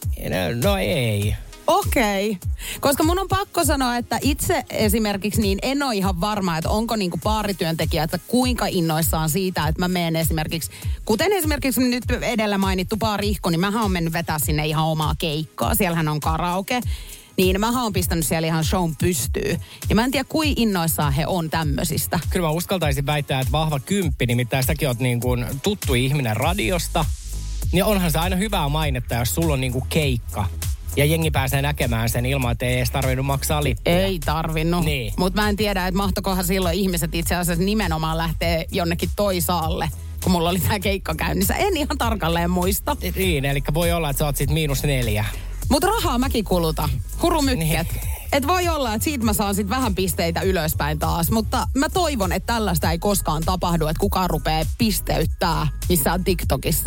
No, no ei. Okei. Okay. Koska mun on pakko sanoa, että itse esimerkiksi niin en ole ihan varma, että onko niinku baarityöntekijät kuinka innoissaan siitä, että mä menen esimerkiksi, kuten esimerkiksi nyt edellä mainittu baari Ihko, niin mähän on mennyt vetää sinne ihan omaa keikkaa. Siellähän on karaoke. Niin mähän on pistänyt siellä ihan shown pystyyn. Ja mä en tiedä, kuin innoissaan he on tämmöisistä. Kyllä mä uskaltaisin väittää, että vahva kymppi, nimittäin säkin oot niin kuin tuttu ihminen radiosta. Niin onhan se aina hyvää mainetta, jos sulla on niin kuin keikka. Ja jengi pääsee näkemään sen ilman, että ei edes tarvinnut maksaa lippuja. Ei tarvinnut. Niin. Mutta mä en tiedä, että mahtokohan silloin ihmiset itse asiassa nimenomaan lähtee jonnekin toisaalle, kun mulla oli tää keikka käynnissä. En ihan tarkalleen muista. Niin, eli voi olla, että sä oot sit miinus neljä. Mutta rahaa mäkin kulutan. Hurumykket. Niin. Et voi olla, että siitä mä saan sit vähän pisteitä ylöspäin taas. Mutta mä toivon, että tällaista ei koskaan tapahdu, että kukaan rupeaa pisteyttää missään TikTokissa.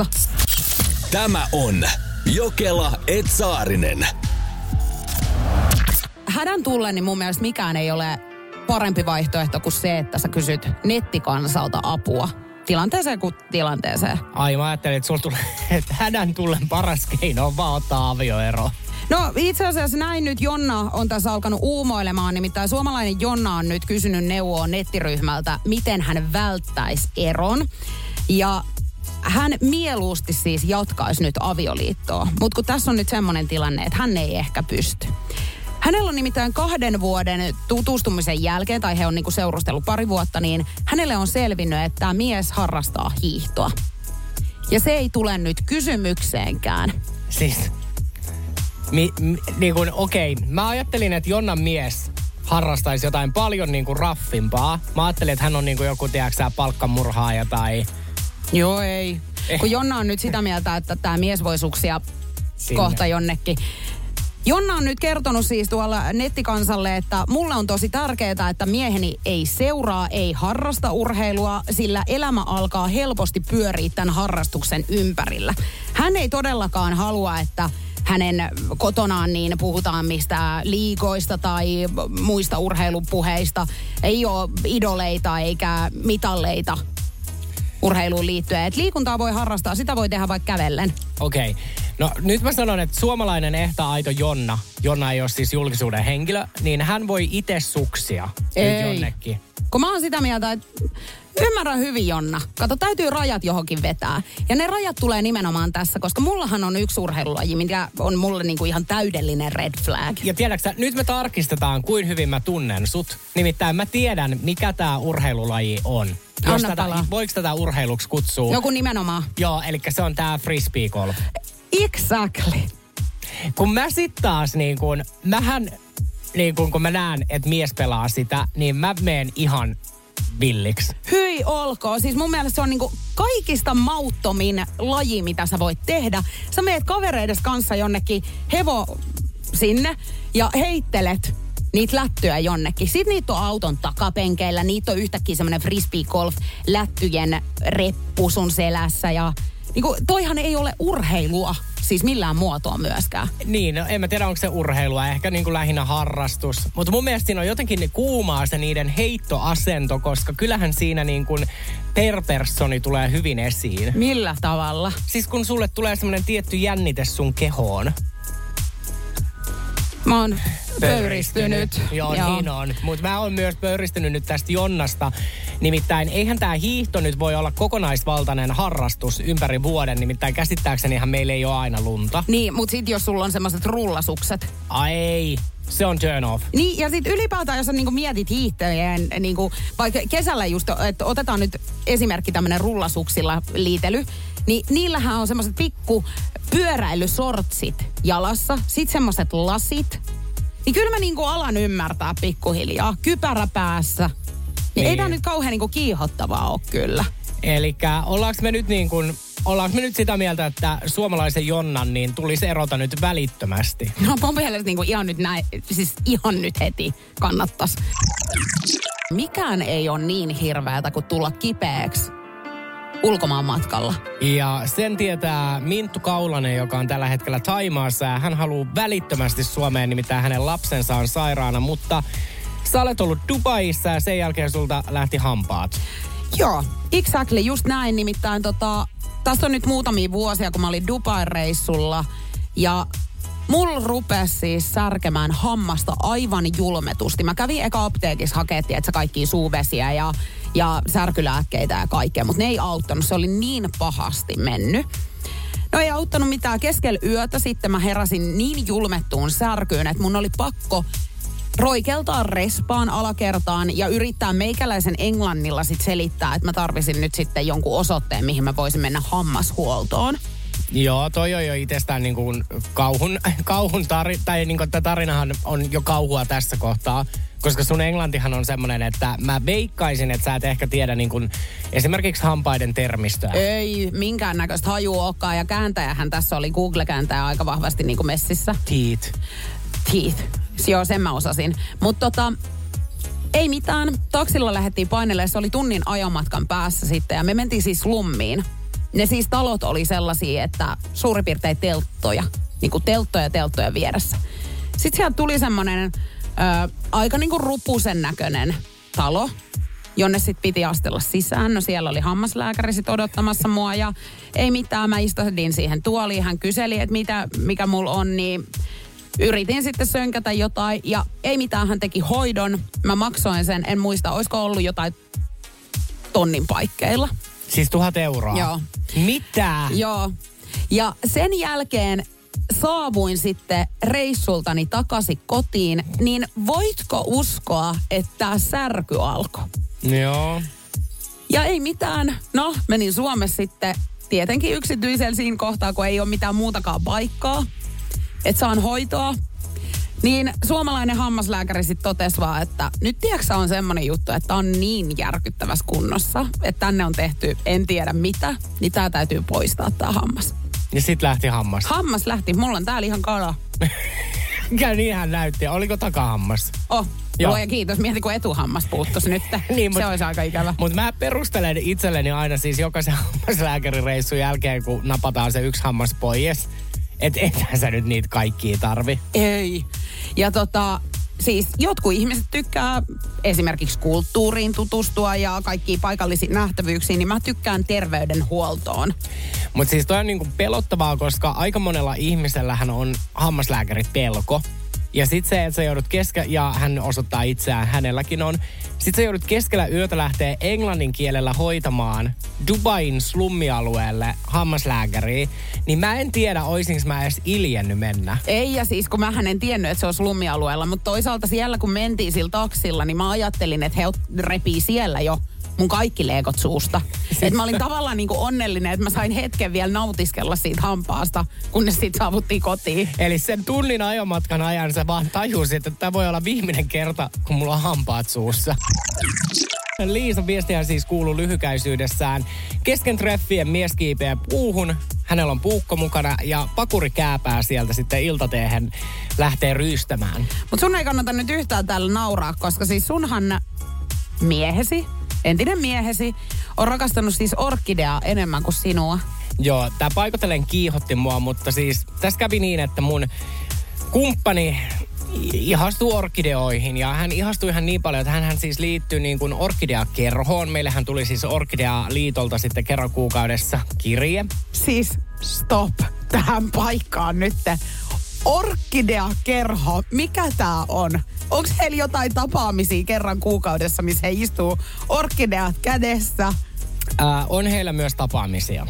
Tämä on Jokela et Saarinen. Hädän tullen, niin mun mielestä mikään ei ole parempi vaihtoehto kuin se, että sä kysyt nettikansalta apua. Tilanteeseen kuin tilanteeseen. Ai mä ajattelin, että sulla tulee, että hädän tullen paras keino on vaan ottaa avioero. No itse asiassa näin nyt Jonna on tässä alkanut uumoilemaan, nimittäin suomalainen Jonna on nyt kysynyt neuvoa nettiryhmältä, miten hän välttäisi eron. Ja hän mieluusti siis jatkaisi nyt avioliittoa, mutta kun tässä on nyt semmoinen tilanne, että hän ei ehkä pysty. Hänellä on nimittäin kahden vuoden tutustumisen jälkeen, tai he on niinku seurustellut pari vuotta, niin hänelle on selvinnyt, että tämä mies harrastaa hiihtoa. Ja se ei tule nyt kysymykseenkään. Siis, mi, mi, niin kuin, okei, mä ajattelin, että Jonnan mies harrastaisi jotain paljon niin kuin raffimpaa. Mä ajattelin, että hän on niin kuin joku, tiedätkö, palkkamurhaaja tai... Joo, ei. Eh. Kun Jonna on nyt sitä mieltä, että tämä mies voi suksia Sinne. kohta jonnekin. Jonna on nyt kertonut siis tuolla nettikansalle, että mulle on tosi tärkeää, että mieheni ei seuraa, ei harrasta urheilua, sillä elämä alkaa helposti pyöriä tämän harrastuksen ympärillä. Hän ei todellakaan halua, että hänen kotonaan niin puhutaan mistä liigoista tai muista urheilupuheista. Ei ole idoleita eikä mitalleita urheiluun liittyen. Et liikuntaa voi harrastaa, sitä voi tehdä vaikka kävellen. Okei. Okay. No nyt mä sanon, että suomalainen ehta aito Jonna, Jonna ei ole siis julkisuuden henkilö, niin hän voi itse suksia Ei. jonnekin. Kun mä oon sitä mieltä, että ymmärrän hyvin, Jonna. Kato, täytyy rajat johonkin vetää. Ja ne rajat tulee nimenomaan tässä, koska mullahan on yksi urheilulaji, mikä on mulle niinku ihan täydellinen red flag. Ja tiedätkö, nyt me tarkistetaan, kuin hyvin mä tunnen sut. Nimittäin mä tiedän, mikä tää urheilulaji on. Jos Anna tätä, palaa. voiko tätä urheiluksi kutsua? Joku nimenomaan. Joo, eli se on tää frisbee golf. Exactly. Kun mä sit taas niin kun, mähän, niin kun, kun mä näen, että mies pelaa sitä, niin mä meen ihan villiksi. Hyi olkoon. Siis mun mielestä se on niinku kaikista mauttomin laji, mitä sä voit tehdä. Sä meet kavereides kanssa jonnekin hevo sinne ja heittelet niitä lättyjä jonnekin. Sitten niitä on auton takapenkeillä. Niitä on yhtäkkiä semmoinen frisbee golf lättyjen reppu sun selässä. Ja niinku, toihan ei ole urheilua. Siis millään muotoa myöskään. Niin, no en mä tiedä, onko se urheilua, ehkä niin kuin lähinnä harrastus. Mutta mun mielestä siinä on jotenkin kuumaa se niiden heittoasento, koska kyllähän siinä niin kuin per personi tulee hyvin esiin. Millä tavalla? Siis kun sulle tulee semmoinen tietty jännite sun kehoon. Mä oon pöyristynyt. Joo, Joo, niin on. Mutta mä oon myös pöyristynyt nyt tästä Jonnasta. Nimittäin eihän tää hiihto nyt voi olla kokonaisvaltainen harrastus ympäri vuoden. Nimittäin käsittääksenihan meillä ei ole aina lunta. Niin, mutta sit jos sulla on semmoiset rullasukset. Ai ei, se on turn off. Niin, ja sit ylipäätään, jos sä niinku mietit hiihtäjien, niinku, vaikka kesällä just, että otetaan nyt esimerkki tämmönen rullasuksilla liitely, niin niillähän on semmoiset pikku pyöräilysortsit jalassa, sit semmoiset lasit. Niin kyllä mä niinku alan ymmärtää pikkuhiljaa, kypärä päässä. Niin, niin. Ei tää nyt kauhean niinku kiihottavaa ole kyllä. Elikkä ollaanko me nyt niin kuin, ollaanko me nyt sitä mieltä, että suomalaisen Jonnan niin tulisi erota nyt välittömästi? No mun mielestä niinku ihan nyt näin, siis ihan nyt heti kannattas. Mikään ei ole niin hirveätä kuin tulla kipeäksi ulkomaan matkalla. Ja sen tietää Minttu Kaulanen, joka on tällä hetkellä Thaimaassa, ja hän haluaa välittömästi Suomeen, nimittäin hänen lapsensa on sairaana, mutta sä olet ollut Dubaissa ja sen jälkeen sulta lähti hampaat. Joo, exactly, just näin. Nimittäin tota, tässä on nyt muutamia vuosia, kun mä olin Dubai-reissulla ja mulla rupesi siis särkemään hammasta aivan julmetusti. Mä kävin eka apteekissa hakemaan, että kaikkia suuvesiä ja, ja särkylääkkeitä ja kaikkea, mutta ne ei auttanut. Se oli niin pahasti mennyt. No ei auttanut mitään. Keskellä yötä sitten mä heräsin niin julmettuun särkyyn, että mun oli pakko roikeltaa respaan alakertaan ja yrittää meikäläisen englannilla sit selittää, että mä tarvisin nyt sitten jonkun osoitteen, mihin mä voisin mennä hammashuoltoon. Joo, toi on jo itsestään niin kuin kauhun, kauhun tari, tai niin kuin, tarinahan on jo kauhua tässä kohtaa. Koska sun englantihan on semmoinen, että mä veikkaisin, että sä et ehkä tiedä niin kuin esimerkiksi hampaiden termistöä. Ei minkäännäköistä hajua olekaan, ja kääntäjähän tässä oli, Google-kääntäjä aika vahvasti niin kuin messissä. Teeth. Teeth. Joo, sen mä osasin. Mutta tota, ei mitään. Taksilla lähdettiin painelemaan, se oli tunnin ajomatkan päässä sitten, ja me mentiin siis slummiin. Ne siis talot oli sellaisia, että suurin piirtein telttoja, niin kuin telttoja telttoja vieressä. Sitten sieltä tuli semmoinen ö, aika niin kuin rupusen näköinen talo, jonne sitten piti astella sisään. No siellä oli hammaslääkäri sitten odottamassa mua ja ei mitään. Mä istuhdin siihen tuoliin. Hän kyseli, että mitä, mikä mulla on, niin yritin sitten sönkätä jotain ja ei mitään. Hän teki hoidon. Mä maksoin sen, en muista, olisiko ollut jotain tonnin paikkeilla. Siis tuhat euroa? Joo. Mitä? Joo. Ja sen jälkeen saavuin sitten reissultani takaisin kotiin, niin voitko uskoa, että tämä särky alkoi? Joo. Ja ei mitään. No, menin Suomessa sitten tietenkin yksityisellä siinä kohtaa, kun ei ole mitään muutakaan paikkaa, että saan hoitoa. Niin suomalainen hammaslääkäri sitten totesi vaan, että nyt tiedätkö on semmoinen juttu, että on niin järkyttävässä kunnossa, että tänne on tehty en tiedä mitä, niin tää täytyy poistaa tää hammas. Ja sit lähti hammas. Hammas lähti. Mulla on täällä ihan kala. Mikä niinhän näytti. Oliko takahammas? Oh, Joo. luoja kiitos. Mieti, kun etuhammas puuttuisi nyt. Niin, se mut, olisi aika ikävä. Mutta mä perustelen itselleni aina siis jokaisen hammaslääkärireissun jälkeen, kun napataan se yksi hammas pois. Että ethän sä nyt niitä kaikkia tarvi. Ei. Ja tota, siis jotkut ihmiset tykkää esimerkiksi kulttuuriin tutustua ja kaikkiin paikallisiin nähtävyyksiin, niin mä tykkään terveydenhuoltoon. Mutta siis toi on niinku pelottavaa, koska aika monella ihmisellähän on hammaslääkäripelko. Ja sit se, että sä joudut keske... Ja hän osoittaa itseään, hänelläkin on. Sit sä joudut keskellä yötä lähteä englannin kielellä hoitamaan Dubain slummialueelle hammaslääkäriin. Niin mä en tiedä, oisinko mä edes iljennyt mennä. Ei, ja siis kun mähän en tiennyt, että se on slummialueella. Mutta toisaalta siellä, kun mentiin sillä taksilla, niin mä ajattelin, että he repii siellä jo mun kaikki leekot suusta. Että mä olin tavallaan niin kuin onnellinen, että mä sain hetken vielä nautiskella siitä hampaasta, kunnes sitten saavuttiin kotiin. Eli sen tunnin ajomatkan ajan sä vaan tajusit, että tämä voi olla viimeinen kerta, kun mulla on hampaat suussa. Liisan viestihän siis kuuluu lyhykäisyydessään. Kesken treffien mies kiipeää puuhun, hänellä on puukko mukana ja pakuri kääpää sieltä sitten iltateehen lähtee ryystämään. Mutta sun ei kannata nyt yhtään täällä nauraa, koska siis sunhan miehesi, entinen miehesi, on rakastanut siis orkideaa enemmän kuin sinua. Joo, tää paikotellen kiihotti mua, mutta siis tässä kävi niin, että mun kumppani ihastui orkideoihin ja hän ihastui ihan niin paljon, että hän siis liittyy niin kuin orkideakerhoon. Meillähän tuli siis Orkidea-liitolta sitten kerran kuukaudessa kirje. Siis stop tähän paikkaan nyt. Orkidea-kerho, mikä tää on? Onko heillä jotain tapaamisia kerran kuukaudessa, missä he istuu orkideat kädessä? Ää, on heillä myös tapaamisia.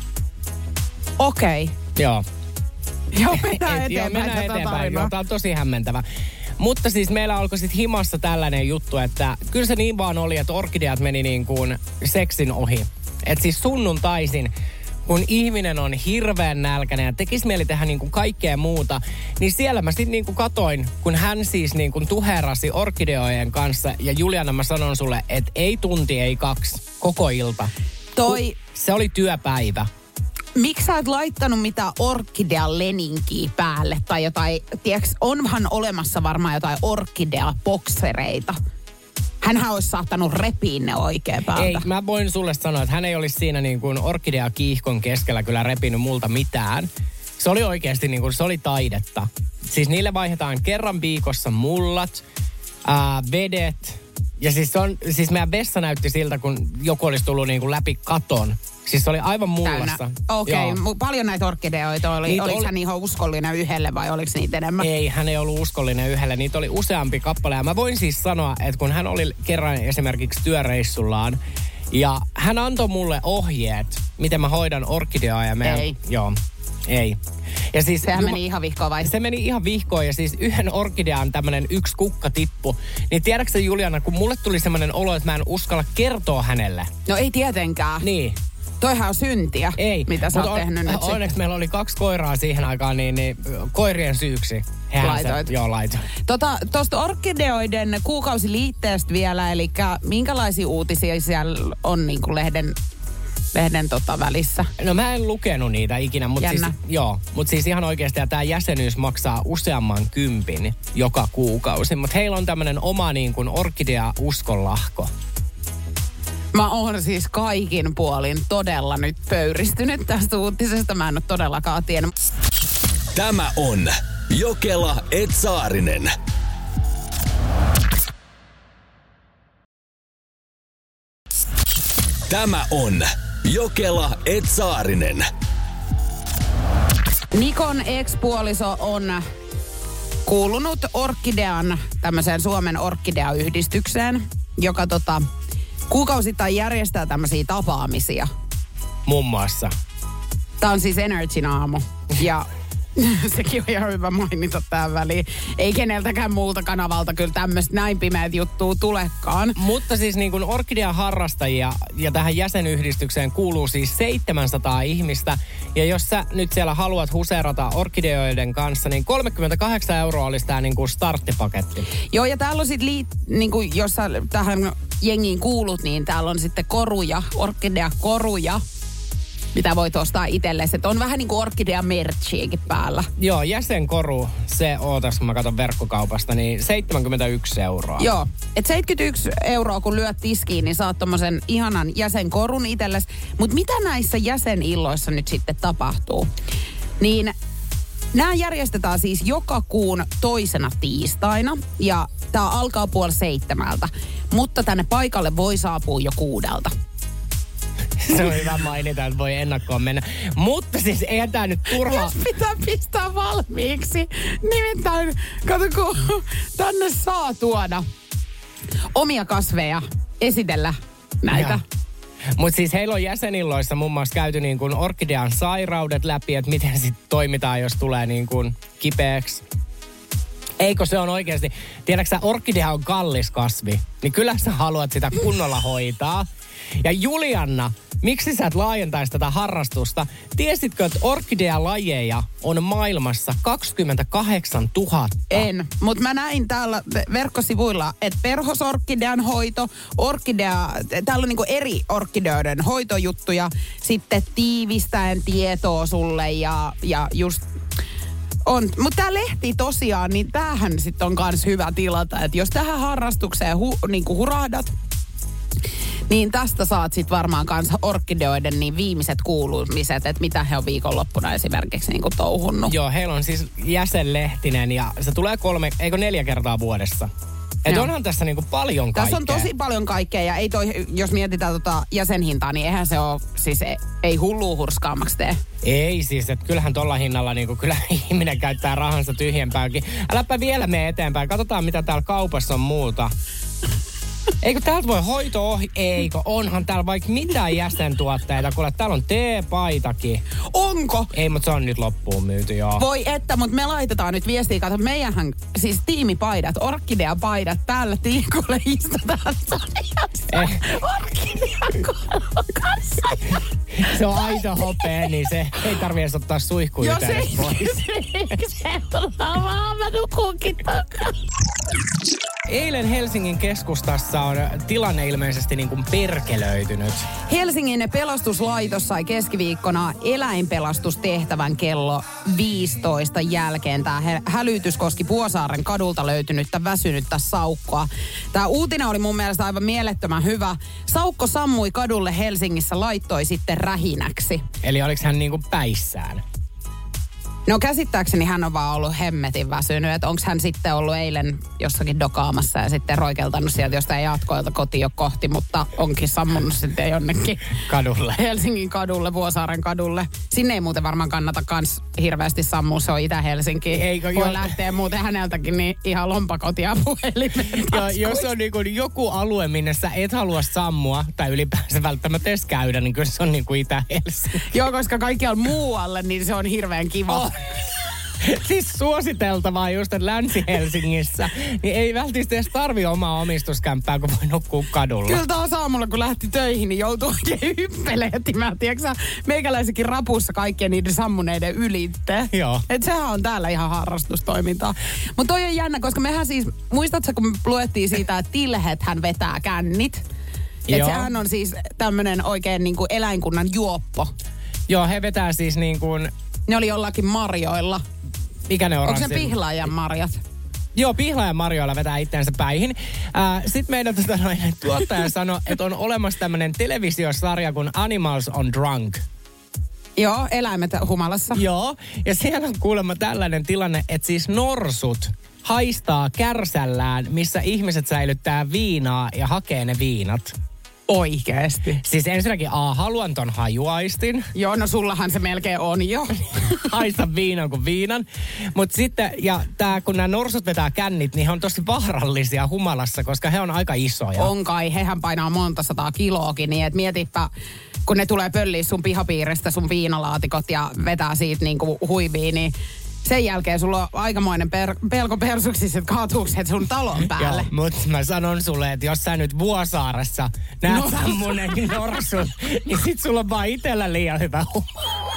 Okei. Okay. Joo. Joo, mennään Et, eteenpäin. joo, mennään tätä eteenpäin. tarinaa. Joo, tää on tosi hämmentävä. Mutta siis meillä alkoi sitten himassa tällainen juttu, että kyllä se niin vaan oli, että orkideat meni niin kuin seksin ohi. Että siis sunnuntaisin, kun ihminen on hirveän nälkäinen ja tekisi mieli tehdä niin kuin kaikkea muuta, niin siellä mä sitten niin kuin katoin, kun hän siis niin kuin tuherasi orkideojen kanssa. Ja Juliana, mä sanon sulle, että ei tunti, ei kaksi, koko ilta. Toi, Se oli työpäivä. miksi sä et laittanut mitään orkidea-leninkiä päälle tai jotain, tiedätkö, onhan olemassa varmaan jotain orkidea-boksereita. Hänhän olisi saattanut repiä ne oikein päältä. Ei, mä voin sulle sanoa, että hän ei olisi siinä niin kuin orkidea-kiihkon keskellä kyllä repinyt multa mitään. Se oli oikeasti niin kuin, se oli taidetta. Siis niille vaihdetaan kerran viikossa mullat, ää, vedet. Ja siis, se on, siis meidän vessa näytti siltä, kun joku olisi tullut niin kuin läpi katon. Siis se oli aivan mullassa. Okei, okay. Paljon näitä orkideoita oli. Niitä oliko oli- hän ihan uskollinen yhdelle vai oliko niitä enemmän? Ei, hän ei ollut uskollinen yhdelle. Niitä oli useampi kappale. Ja mä voin siis sanoa, että kun hän oli kerran esimerkiksi työreissullaan, ja hän antoi mulle ohjeet, miten mä hoidan orkideaa ja meidän... Ei. Joo, ei. Ja siis, Sehän juma- meni ihan vihkoon vai? Se meni ihan vihkoon ja siis yhden orkidean tämmönen yksi kukka tippu. Niin tiedätkö Juliana, kun mulle tuli semmoinen olo, että mä en uskalla kertoa hänelle. No ei tietenkään. Niin. Toihan on syntiä, Ei. mitä sä Mut oot on, tehnyt nyt onneksi sitten. meillä oli kaksi koiraa siihen aikaan, niin, niin koirien syyksi. Hehän Laitoit. Se, joo, laitoin. Tota, tuosta orkideoiden kuukausiliitteestä vielä, eli minkälaisia uutisia siellä on niin kuin lehden, lehden tota välissä? No mä en lukenut niitä ikinä, mutta siis, Jännä. joo, mut siis ihan oikeasti tämä jäsenyys maksaa useamman kympin joka kuukausi. Mutta heillä on tämmöinen oma niin kuin orkidea-uskonlahko. Mä oon siis kaikin puolin todella nyt pöyristynyt tästä uutisesta. Mä en ole todellakaan tiennyt. Tämä on Jokela et Saarinen. Tämä on Jokela et Saarinen. Nikon ex-puoliso on kuulunut Orkidean, tämmöiseen Suomen Orkidea-yhdistykseen, joka tota, kuukausittain järjestää tämmöisiä tapaamisia. Muun muassa. Tää on siis Energyn aamu. Ja sekin on ihan hyvä mainita tähän väliin. Ei keneltäkään muulta kanavalta kyllä tämmöistä näin pimeät juttua tulekaan. Mutta siis niin kuin orkidea-harrastajia ja tähän jäsenyhdistykseen kuuluu siis seitsemänsataa ihmistä. Ja jos sä nyt siellä haluat huseerata orkideoiden kanssa, niin kolmekymmentäkahdeksan euroa olisi tämä niin kuin starttipaketti. Joo, ja täällä on sitten, liit, niin kuin, jos sä tähän jengiin kuulut, niin täällä on sitten koruja, orkidea-koruja. mitä voit ostaa itsellesi. Että on vähän niin kuin orkidea-merchiekin päällä. Joo, jäsenkoru, se ootas, kun mä katson verkkokaupasta, niin seitsemänkymmentäyksi euroa. Joo, että seitsemänkymmentäyksi euroa kun lyöt tiskiin, niin saat tommosen ihanan jäsenkorun itsellesi. Mutta mitä näissä jäsenilloissa nyt sitten tapahtuu? Niin nämä järjestetään siis joka kuun toisena tiistaina ja tämä alkaa puoli seitsemältä, mutta tänne paikalle voi saapua jo kuudelta. Se on hyvä mainita, että voi ennakkoon mennä. Mutta siis eihän tää nyt turhaa... Jos pitää pistää valmiiksi. Nimittäin, kato kun tänne saa tuoda omia kasveja, esitellä näitä. Mutta siis heillä on jäsenilloissa muun muassa käyty niin kuin orkidean sairaudet läpi, että miten sitten toimitaan, jos tulee niin kuin kipeäksi. Eikö se on oikeasti, tiedätkö sä, orkidea on kallis kasvi, niin kyllä sä haluat sitä kunnolla hoitaa. Ja Julianna, miksi sä et laajentaisi tätä harrastusta? Tiesitkö, että orkidea-lajeja on maailmassa kaksikymmentäkahdeksan tuhatta? En, mutta mä näin täällä verkkosivuilla, että perhosorkidean hoito, orkidea, täällä on niinku eri orkideoiden hoitojuttuja, sitten tiivistäen tietoa sulle ja, ja just... On, mutta tämä lehti tosiaan, niin tämähän sitten on myös hyvä tilata, että jos tähän harrastukseen hu, niin kuin hurahdat, niin tästä saat sitten varmaan kanssa orkideoiden niin viimeiset kuulumiset, että mitä he on viikonloppuna esimerkiksi niin kuin touhunnut. Joo, heillä on siis jäsenlehtinen ja se tulee kolme, eikö neljä kertaa vuodessa. Että onhan tässä niinku paljon kaikkea. Tässä on tosi paljon kaikkea ja ei toi, jos mietitään tota jäsenhintaa, niin eihän se ole, siis ei, ei hullua hurskaammaksi tee. Ei siis, että kyllähän tolla hinnalla niinku, kyllä ihminen käyttää rahansa tyhjempäänkin. Äläpä vielä mene eteenpäin, katsotaan mitä täällä kaupassa on muuta. Eikö täältä voi hoito ohi? Eikö? Onhan täällä vaikka mitään jäsentuotteita. Kuule, täällä on teepaitakin. Onko? Ei, mutta se on nyt loppuun myyty, joo. Voi että, mutta me laitetaan nyt viestiä. Kato, meidänhän, siis tiimipaidat, orkidea-paidat, täällä tiikulle istutaan. Eh. Orkidean kanssa. Se on aito hopea, niin se ei tarvitse edes ottaa suihkuun Jos yhteydessä ei, pois. se on vaan, mä nukunkin takaa. Eilen Helsingin keskustassa on tilanne ilmeisesti niin kuin perkelöitynyt. Helsingin pelastuslaitos sai keskiviikkona eläinpelastustehtävän kello viisitoista jälkeen. Tämä hälytys koski Vuosaaren kadulta löytynyttä väsynyttä saukkoa. Tämä uutinen oli mun mielestä aivan mielettömän hyvä. Saukko sammui kadulle Helsingissä, laittoi sitten rähinäksi. Eli oliko hän niin kuin päissään? No käsittääkseni hän on vaan ollut hemmetin väsynyt, että onko hän sitten ollut eilen jossakin dokaamassa ja sitten roikeltanut sieltä jostain jatkoilta kotiin kohti, mutta onkin sammunut sitten jonnekin kadulle. Helsingin kadulle, Vuosaaren kadulle. Sinne ei muuten varmaan kannata kans hirveästi sammua, se on Itä-Helsinki. Eikö voi jo... lähteä muuten häneltäkin niin ihan lompakot ja puhelimet. Ja jos on niin kuin joku alue, minne sä et halua sammua tai ylipäänsä välttämättä edes käydä, niin kyllä se on niin kuin Itä-Helsinki. Joo, koska kaikkialla muualle, niin se on hirveän kiva. Oh. Siis suositeltavaa just, että Länsi-Helsingissä niin ei välttämättä edes tarvi omaa omistuskämppää, kun voi nukkua kadulla. Kyllä taas aamulla, kun lähti töihin, niin joutuu oikein hyppeleetimään. Tiedätkö meikäläisenkin rapussa kaikkien niiden sammuneiden ylitte. Joo. Et sehän on täällä ihan harrastustoimintaa. Mutta toi on jännä, koska mehän siis, muistatko kun me luettiin siitä, että tilhet hän vetää kännit? Että sehän on siis tämmönen oikein niin kuin eläinkunnan juoppo. Joo, he vetää siis niin kuin... Ne oli jollakin marjoilla. Mikä ne on? Onko se pihlaajan marjat? Joo, pihlaajan marjoilla vetää itseänsä päihin. Äh, Sitten meidän tuota, noin, tuottaja sanoi, että on olemassa tämmöinen televisiosarja kuin Animals on Drunk. Joo, eläimet humalassa. Joo, ja siellä on kuulemma tällainen tilanne, että siis norsut haistaa kärsällään, missä ihmiset säilyttää viinaa ja hakee ne viinat. Oikeesti. Siis ensinnäkin A, haluan ton hajuaistin. Joo, no sullahan se melkein on jo. Haista viinan kuin viinan. Mutta sitten, ja tää, kun nämä norsut vetää kännit, niin he on tosi vaarallisia humalassa, koska he on aika isoja. On kai, hehän painaa monta sataa kiloakin, niin et mietipä, kun ne tulee pölliä sun pihapiiristä sun viinalaatikot ja vetää siitä niinku huiviin, niin sen jälkeen sulla on aikamoinen per, pelko persuksissa, että kaatuuko se sun talon päälle. Joo, mutta mä sanon sulle, että jos sä nyt Vuosaaressa näet no. sammunen norsun, niin sit sulla on vaan itellä liian hyvä humala.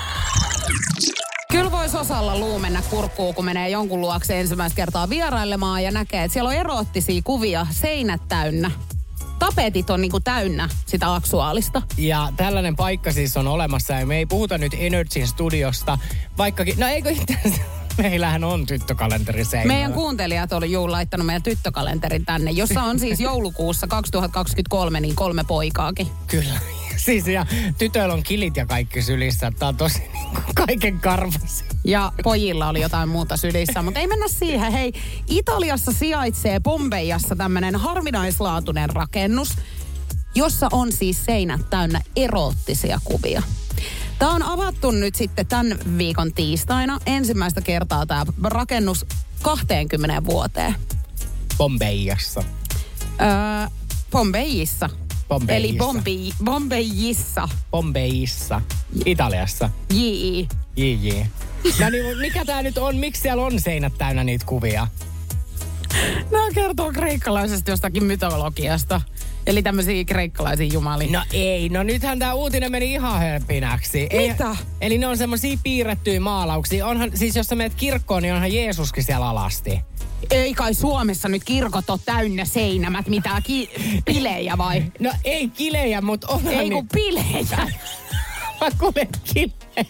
Kyllä voisi osalla luu mennä kurkkuun, kun menee jonkun luokse ensimmäistä kertaa vierailemaan ja näkee, että siellä on eroottisia kuvia seinät täynnä. tapetit on niinku täynnä sitä aksuaalista. Ja tällainen paikka siis on olemassa ja me ei puhuta nyt Energyn studiosta, vaikkakin, no eikö itse asiassa, meillähän on tyttökalenteri seinällä. Meidän kuuntelijat oli juu laittanut meidän tyttökalenterin tänne, jossa on siis joulukuussa kaksituhattakaksikymmentäkolme niin kolme poikaakin. Kyllä. Siis ja tytöillä on kilit ja kaikki sylissä. Tää on tosi niinku kaiken karvasi. Ja pojilla oli jotain muuta sylissä, mutta ei mennä siihen. Hei, Italiassa sijaitsee Pompeiassa tämmönen harvinaislaatuinen rakennus, jossa on siis seinät täynnä eroottisia kuvia. Tämä on avattu nyt sitten tämän viikon tiistaina. Ensimmäistä kertaa tämä rakennus kaksikymmentä vuoteen. Pompeiassa. Öö, Pompeiissa. Pompeiissa. Eli Bombi, Bombeijissa. Pompeiissa. Italiassa. J I. J J. No niin, mikä tää nyt on? Miksi siellä on seinät täynnä niitä kuvia? Nämä kertoo kreikkalaisesta jostakin mytologiasta. Eli tämmöisiä kreikkalaisia jumalia. No ei, no nythän tää uutinen meni ihan hölpinäksi. Mitä? Ei, eli ne on semmosia piirrettyjä maalauksia. Onhan, siis jos sä menet kirkkoon, niin onhan Jeesuskin siellä alasti. Ei kai Suomessa nyt kirkot ole täynnä seinämät, mitään ki- pilejä vai? No ei kilejä, mutta onhan Ei kun pilejä. Mä kuulen kilejä.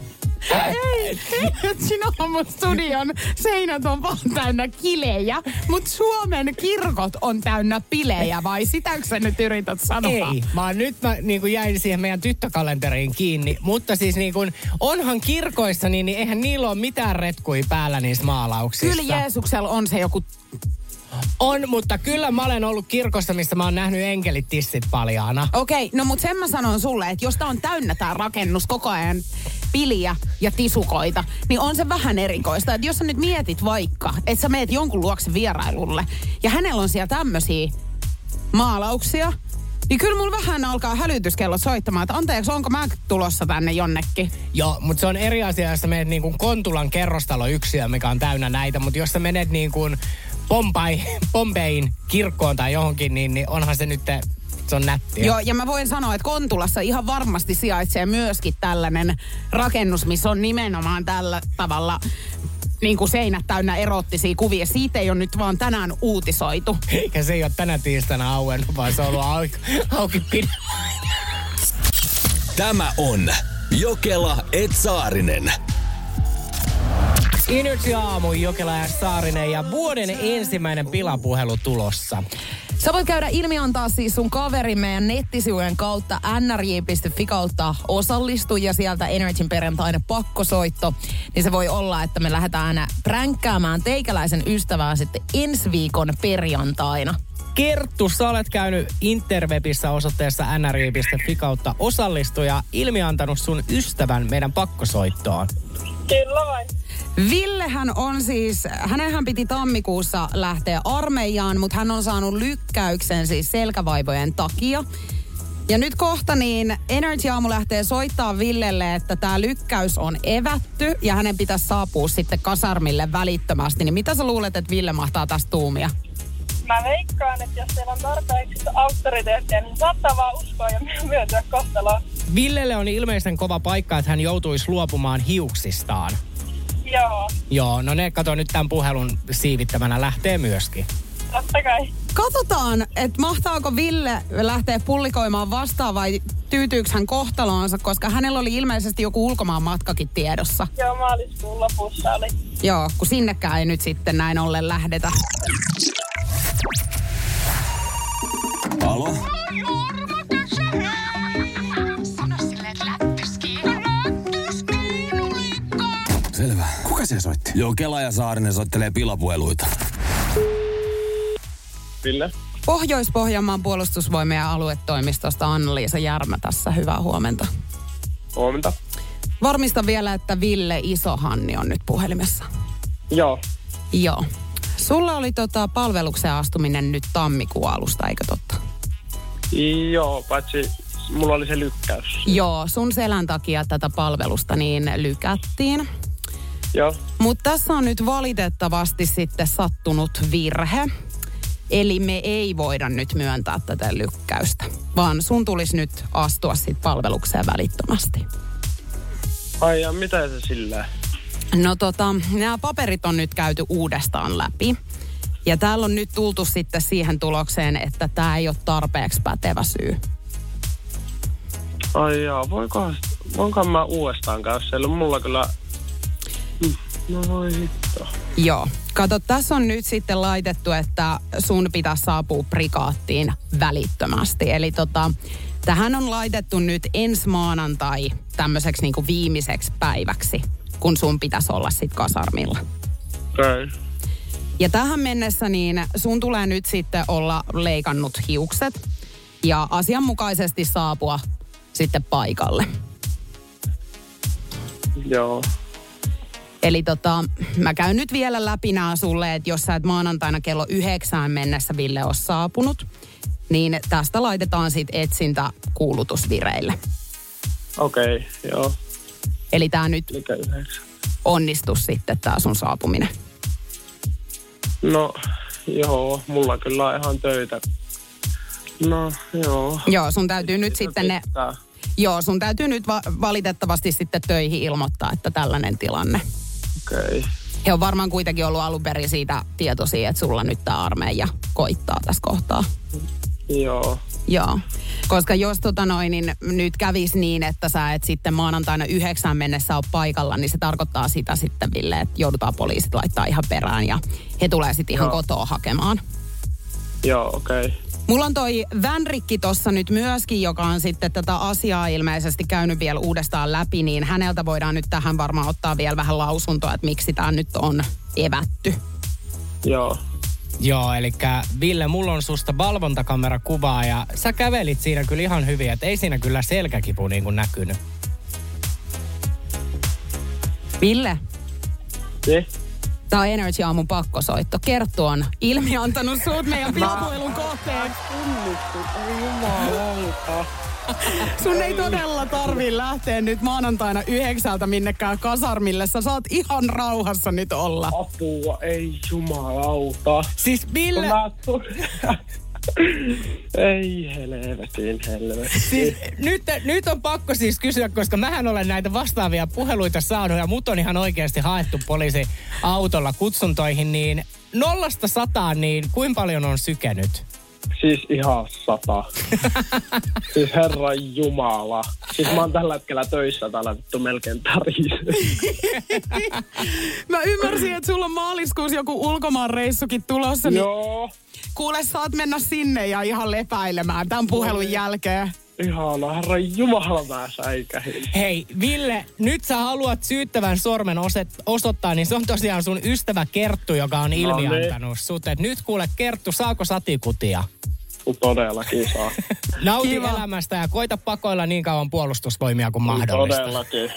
Ei, sinä aamun studion seinät on vaan täynnä kilejä, mutta Suomen kirkot on täynnä pilejä, vai sitäkö sä nyt yrität sanoa? Ei, vaan nyt mä niin kuin jäin siihen meidän tyttökalenteriin kiinni. Mutta siis niin kuin, onhan kirkoissa, niin, niin eihän niillä ole mitään retkuja päällä niissä maalauksissa. Kyllä Jeesuksella on se joku... On, mutta kyllä mä olen ollut kirkossa, missä mä oon nähnyt enkelit tissit paljaana. Okei, no mutta sen mä sanon sulle, että jos tää on täynnä tää rakennus koko ajan piliä ja tisukoita, niin on se vähän erikoista. Että jos sä nyt mietit vaikka, että sä meet jonkun luokse vierailulle ja hänellä on siellä tämmösiä maalauksia, niin kyllä mulla vähän alkaa hälytyskello soittamaan, että anteeksi, onko mä tulossa tänne jonnekin? Joo, mutta se on eri asia, jos sä menet niin kuin Kontulan kerrostaloyksiö, mikä on täynnä näitä, mutta jos sä menet niin kuin Pompai, Pompein kirkkoon tai johonkin, niin, niin onhan se nyt, se on nättiä. Joo, ja mä voin sanoa, että Kontulassa ihan varmasti sijaitsee myöskin tällainen rakennus, missä on nimenomaan tällä tavalla niin kuin seinät täynnä eroottisia kuvia. Siitä ei ole nyt vaan tänään uutisoitu. Eikä se ei ole tänä tiistaina auennut, vaan se on ollut auki, auki pidemmän. Tämä on Jokela et Saarinen. Energy aamu, Jokela ja Saarinen ja vuoden ensimmäinen pilapuhelu tulossa. Sä voit käydä ilmiantaa siis sun kaveri meidän nettisivujen kautta n r j piste f i kautta osallistu ja sieltä Energyn perjantainen pakkosoitto. Niin se voi olla, että me lähdetään aina pränkkäämään teikäläisen ystävää sitten ensi viikon perjantaina. Kerttu, sä olet käynyt interwebissä osoitteessa n r j piste f i kautta osallistu ja ilmiantanut sun ystävän meidän pakkosoittoon. Kyllä vain. Villehän on siis, hänenhän piti tammikuussa lähteä armeijaan, mutta hän on saanut lykkäyksen siis selkävaivojen takia. Ja nyt kohta niin Energy Aamu lähtee soittaa Villelle, että tämä lykkäys on evätty ja hänen pitäisi saapua sitten kasarmille välittömästi. Niin mitä sä luulet, että Ville mahtaa tästä tuumia? Mä veikkaan, että jos teillä on tarpeeksi auktoriteettia, niin saattaa vaan uskoa ja myöntyä kohtaloon. Villelle on ilmeisen kova paikka, että hän joutuisi luopumaan hiuksistaan. Joo, Joo, no ne kato nyt tämän puhelun siivittämänä lähtee myöskin. totta kai. Katsotaan, että mahtaako Ville lähteä pullikoimaan vastaan vai tyytyykö hän kohtaloonsa, koska hänellä oli ilmeisesti joku ulkomaan matkakin tiedossa. Joo, maaliskuun lopussa oli. Joo, kun sinnekään ei nyt sitten näin ollen lähdetä. Alo? Selvä. Kuka se soitti? Joo, Kela ja Saarinen soittelee pilapuheluita. Ville. Pohjois-Pohjanmaan puolustusvoimien aluetoimistosta Anna-Liisa Järmä tässä. Hyvää huomenta. Huomenta. Varmista vielä, että Ville Isohanni on nyt puhelimessa. Joo. Joo. Sulla oli tota palvelukseen astuminen nyt tammikuun alusta, eikö totta? Joo, paitsi mulla oli se lykkäys. Joo, sun selän takia tätä palvelusta niin lykättiin. Joo. Mutta tässä on nyt valitettavasti sitten sattunut virhe. Eli me ei voida nyt myöntää tätä lykkäystä, vaan sun tulisi nyt astua sit palvelukseen välittömästi. Ai ja mitä se sillä? No tota, nämä paperit on nyt käyty uudestaan läpi. Ja täällä on nyt tultu sitten siihen tulokseen, että tämä ei ole tarpeeksi pätevä syy. Ai jaa, voinkohan, voinkohan mä uudestaan käydä siellä? Mulla kyllä... No voi hitto. Joo. Kato, tässä on nyt sitten laitettu, että sun pitäisi saapua prikaattiin välittömästi. Eli tota, tähän on laitettu nyt ensi maanantai tämmöiseksi niinku viimeiseksi päiväksi, kun sun pitäisi olla sit kasarmilla. Okei. Okay. Ja tähän mennessä niin sun tulee nyt sitten olla leikannut hiukset ja asianmukaisesti saapua sitten paikalle. Joo. Eli tota, mä käyn nyt vielä läpi nää sulle, että jos sä et maanantaina kello yhdeksään mennessä Ville ole saapunut, niin tästä laitetaan sit etsintä kuulutusvireille. Okei, okay, joo. Eli tää nyt Mikä yhdeksän? onnistus sitten tää sun saapuminen. No, joo, mulla kyllä on ihan töitä. No, joo. Joo, sun täytyy nyt sitten ne... Pitää. Joo, sun täytyy nyt va- valitettavasti sitten töihin ilmoittaa, että tällainen tilanne. Okei. Okay. He on varmaan kuitenkin ollut alun perin siitä tietoisia, että sulla nyt tämä armeija koittaa tässä kohtaa. Joo. Joo, koska jos tota noin, niin nyt kävisi niin, että sä et sitten maanantaina yhdeksään mennessä ole paikalla, niin se tarkoittaa sitä sitten, Ville, että joudutaan poliisit laittaa ihan perään ja he tulee sitten ihan Joo. kotoa hakemaan. Joo, okei. Okay. Mulla on toi Vänrikki tossa nyt myöskin, joka on sitten tätä asiaa ilmeisesti käynyt vielä uudestaan läpi, niin häneltä voidaan nyt tähän varmaan ottaa vielä vähän lausuntoa, että miksi tää nyt on evätty. Joo. Joo, eli Ville, mulla on susta valvontakamerakuvaa ja sä kävelit siinä kyllä ihan hyvin, että ei siinä kyllä selkäkipu niin kuin näkynyt. Ville, Ne? tää on Energy Aamun pakkosoitto. Kerttu on ilmiantanut sut meidän pilapuhelun kohteeksi. Ei jumalauta. Sun ei todella tarvii lähteä nyt maanantaina yhdeksältä minnekään kasarmille. Sä saat ihan rauhassa nyt olla. Apua, ei jumalauta. Siis Ville... Mä tu- Ei helvetin helvetin. Siis nyt, nyt on pakko siis kysyä, koska mähän olen näitä vastaavia puheluita saanut ja mut on ihan oikeasti haettu poliisiautolla kutsuntoihin, niin nollasta sataan, niin kuinka paljon on sykenyt? Siis ihan sata. Siis herran jumala. Siis mä oon tällä hetkellä töissä täällä vittu melkein tärisee. Mä ymmärsin, että sulla on maaliskuussa joku ulkomaanreissukin tulossa. Niin Joo. kuule, saat mennä sinne ja ihan lepäilemään tämän puhelun jälkeen. Ihana, herran jumala mä säikähin. Hei, Ville, nyt sä haluat syyttävän sormen oset- osoittaa, niin se on tosiaan sun ystävä Kerttu, joka on ilmiantanut sut. Et nyt kuule, Kerttu, saako satikutia? Todellakin saa. Nauti Kiva. elämästä ja koita pakoilla niin kauan puolustusvoimia kuin mahdollista. Todellakin.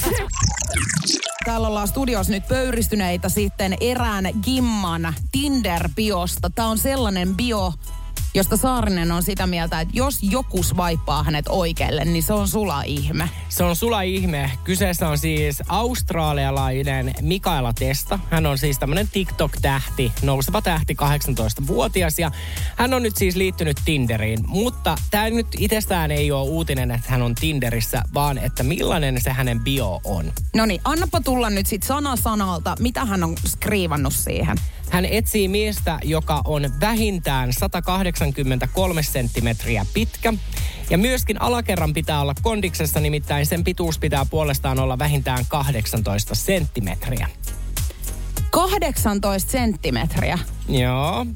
Täällä ollaan studiossa nyt pöyristyneitä sitten erään Gimman Tinder-biosta. Tää on sellainen bio, josta Saarinen on sitä mieltä, että jos joku swipaa hänet oikealle, niin se on sula ihme. Se on sula ihme. Kyseessä on siis australialainen Mikaela Testa. Hän on siis tämmönen TikTok-tähti, nouseva tähti, kahdeksantoistavuotias. Ja hän on nyt siis liittynyt Tinderiin. Mutta tämä nyt itsestään ei ole uutinen, että hän on Tinderissä, vaan että millainen se hänen bio on. No niin, annapa tulla nyt sit sana sanalta, mitä hän on skriivannut siihen. Hän etsii miestä, joka on vähintään sata kahdeksankymmentäkolme senttimetriä pitkä. Ja myöskin alakerran pitää olla kondiksessa, nimittäin sen pituus pitää puolestaan olla vähintään kahdeksantoista senttimetriä. kahdeksantoista senttimetriä. Joo.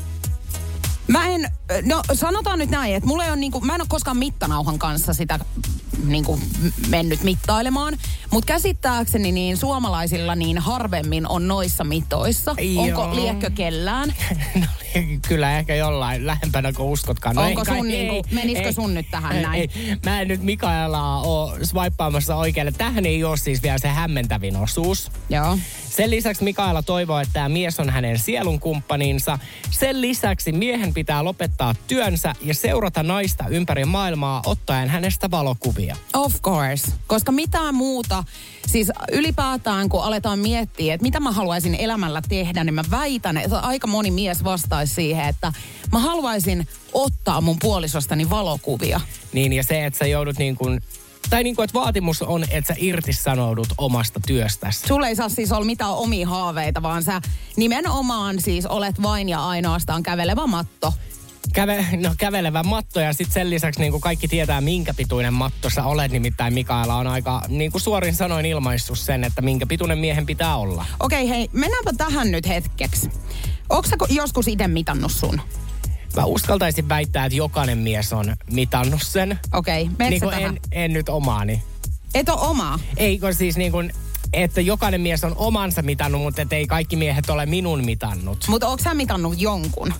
Mä en, no sanotaan nyt näin, että mulla ei ole niinku, mä en ole koskaan mittanauhan kanssa sitä niinku mennyt mittailemaan. Mutta käsittääkseni niin suomalaisilla niin harvemmin on noissa mitoissa. Joo. Onko liekkö kellään? No, kyllä ehkä jollain lähempänä kuin uskotkaan. No, Onko ei kai- sun niinku, menisikö ei, sun nyt tähän ei, näin? Ei. Mä en nyt Mikaelaa ole swipeaamassa oikealle. Tähän ei ole siis vielä se hämmentävin osuus. Joo. Sen lisäksi Mikaela toivoo, että tämä mies on hänen sielunkumppaninsa. Sen lisäksi miehen pitää lopettaa työnsä ja seurata naista ympäri maailmaa ottaen hänestä valokuvia. Of course. Koska mitään muuta, siis ylipäätään kun aletaan miettiä, että mitä mä haluaisin elämällä tehdä, niin mä väitän, että aika moni mies vastaisi siihen, että mä haluaisin ottaa mun puolisostani valokuvia. Niin ja se, että sä joudut niin kuin tai niin kuin, että vaatimus on, että sä irtisanoudut omasta työstäsi. Sulla ei saa siis olla mitään omia haaveita, vaan sä nimenomaan siis olet vain ja ainoastaan kävelevä matto. Käve, no, kävelevä matto ja sitten sen lisäksi niin kuin kaikki tietää, minkä pituinen matto sä olet. Nimittäin Mikaela on aika niin kuin suorin sanoin ilmaissut sen, että minkä pituinen miehen pitää olla. Okei, hei, mennäänpä tähän nyt hetkeksi. Ootko sä joskus itse mitannut sun? Mä uskaltaisin väittää, että jokainen mies on mitannut sen. Okei, meneekö niin kuin tähän? en, en nyt omaani. Et ole omaa? Ei, kun siis niin kuin, että jokainen mies on omansa mitannut, mutta ei kaikki miehet ole minun mitannut. Mutta ootko sä mitannut jonkun?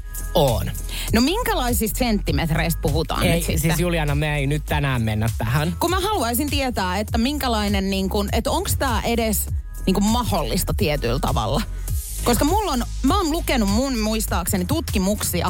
On. No minkälaisista senttimetreistä puhutaan ei, nyt sitten? Siis Juliana, me ei nyt tänään mennä tähän. Kun mä haluaisin tietää, että minkälainen, niin kun, että onko tämä edes niin kun mahdollista tietyllä tavalla. Koska mulla on, mä oon lukenut mun muistaakseni tutkimuksia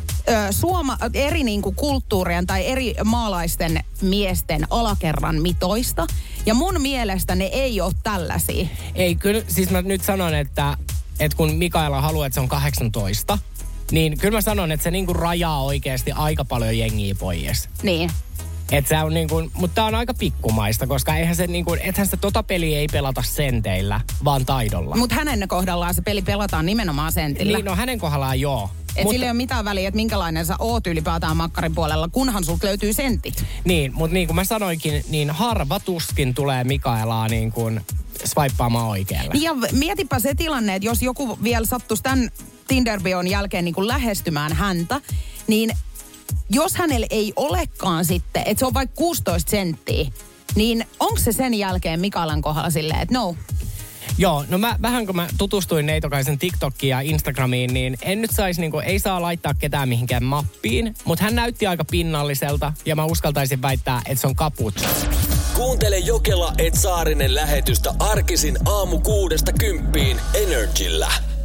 ö, suoma, eri niin kuin kulttuurien tai eri maalaisten miesten alakerran mitoista. Ja mun mielestä ne ei ole tällaisia. Ei, kyllä, siis mä nyt sanon, että, että kun Mikaela haluaa, että se on kahdeksantoista, niin kyllä mä sanon, että se niinku rajaa oikeasti aika paljon jengiä pois. Niin. Et se on niinku, mutta tää on aika pikkumaista, koska eihän se niinku, ethän se tota peliä ei pelata senteillä, vaan taidolla. Mutta hänen kohdallaan se peli pelataan nimenomaan sentillä. Niin, no hänen kohdallaan joo. Et Mut, sillä ei ole mitään väliä, että minkälainen sä oot ylipäätään makkarin puolella, kunhan sulta löytyy sentit. Niin, mutta niin kuin mä sanoinkin, niin harva tuskin tulee Mikaelaa niin kuin swipaamaan oikealle. Ja mietipä se tilanne, että jos joku vielä sattuisi tämän Tinder-bion jälkeen niin kuin lähestymään häntä, niin jos hänellä ei olekaan sitten, että se on vaikka kuusitoista senttiä, niin onko se sen jälkeen Mikaelan kohdalla silleen, että no? Joo, no mä, vähän kun mä tutustuin Neitokaisen TikTokiin ja Instagramiin, niin en nyt saisi, niinku, ei saa laittaa ketään mihinkään mappiin, mutta hän näytti aika pinnalliselta ja mä uskaltaisin väittää, että se on kaput. Kuuntele Jokela et Saarinen lähetystä arkisin aamu kuudesta kymppiin Energillä.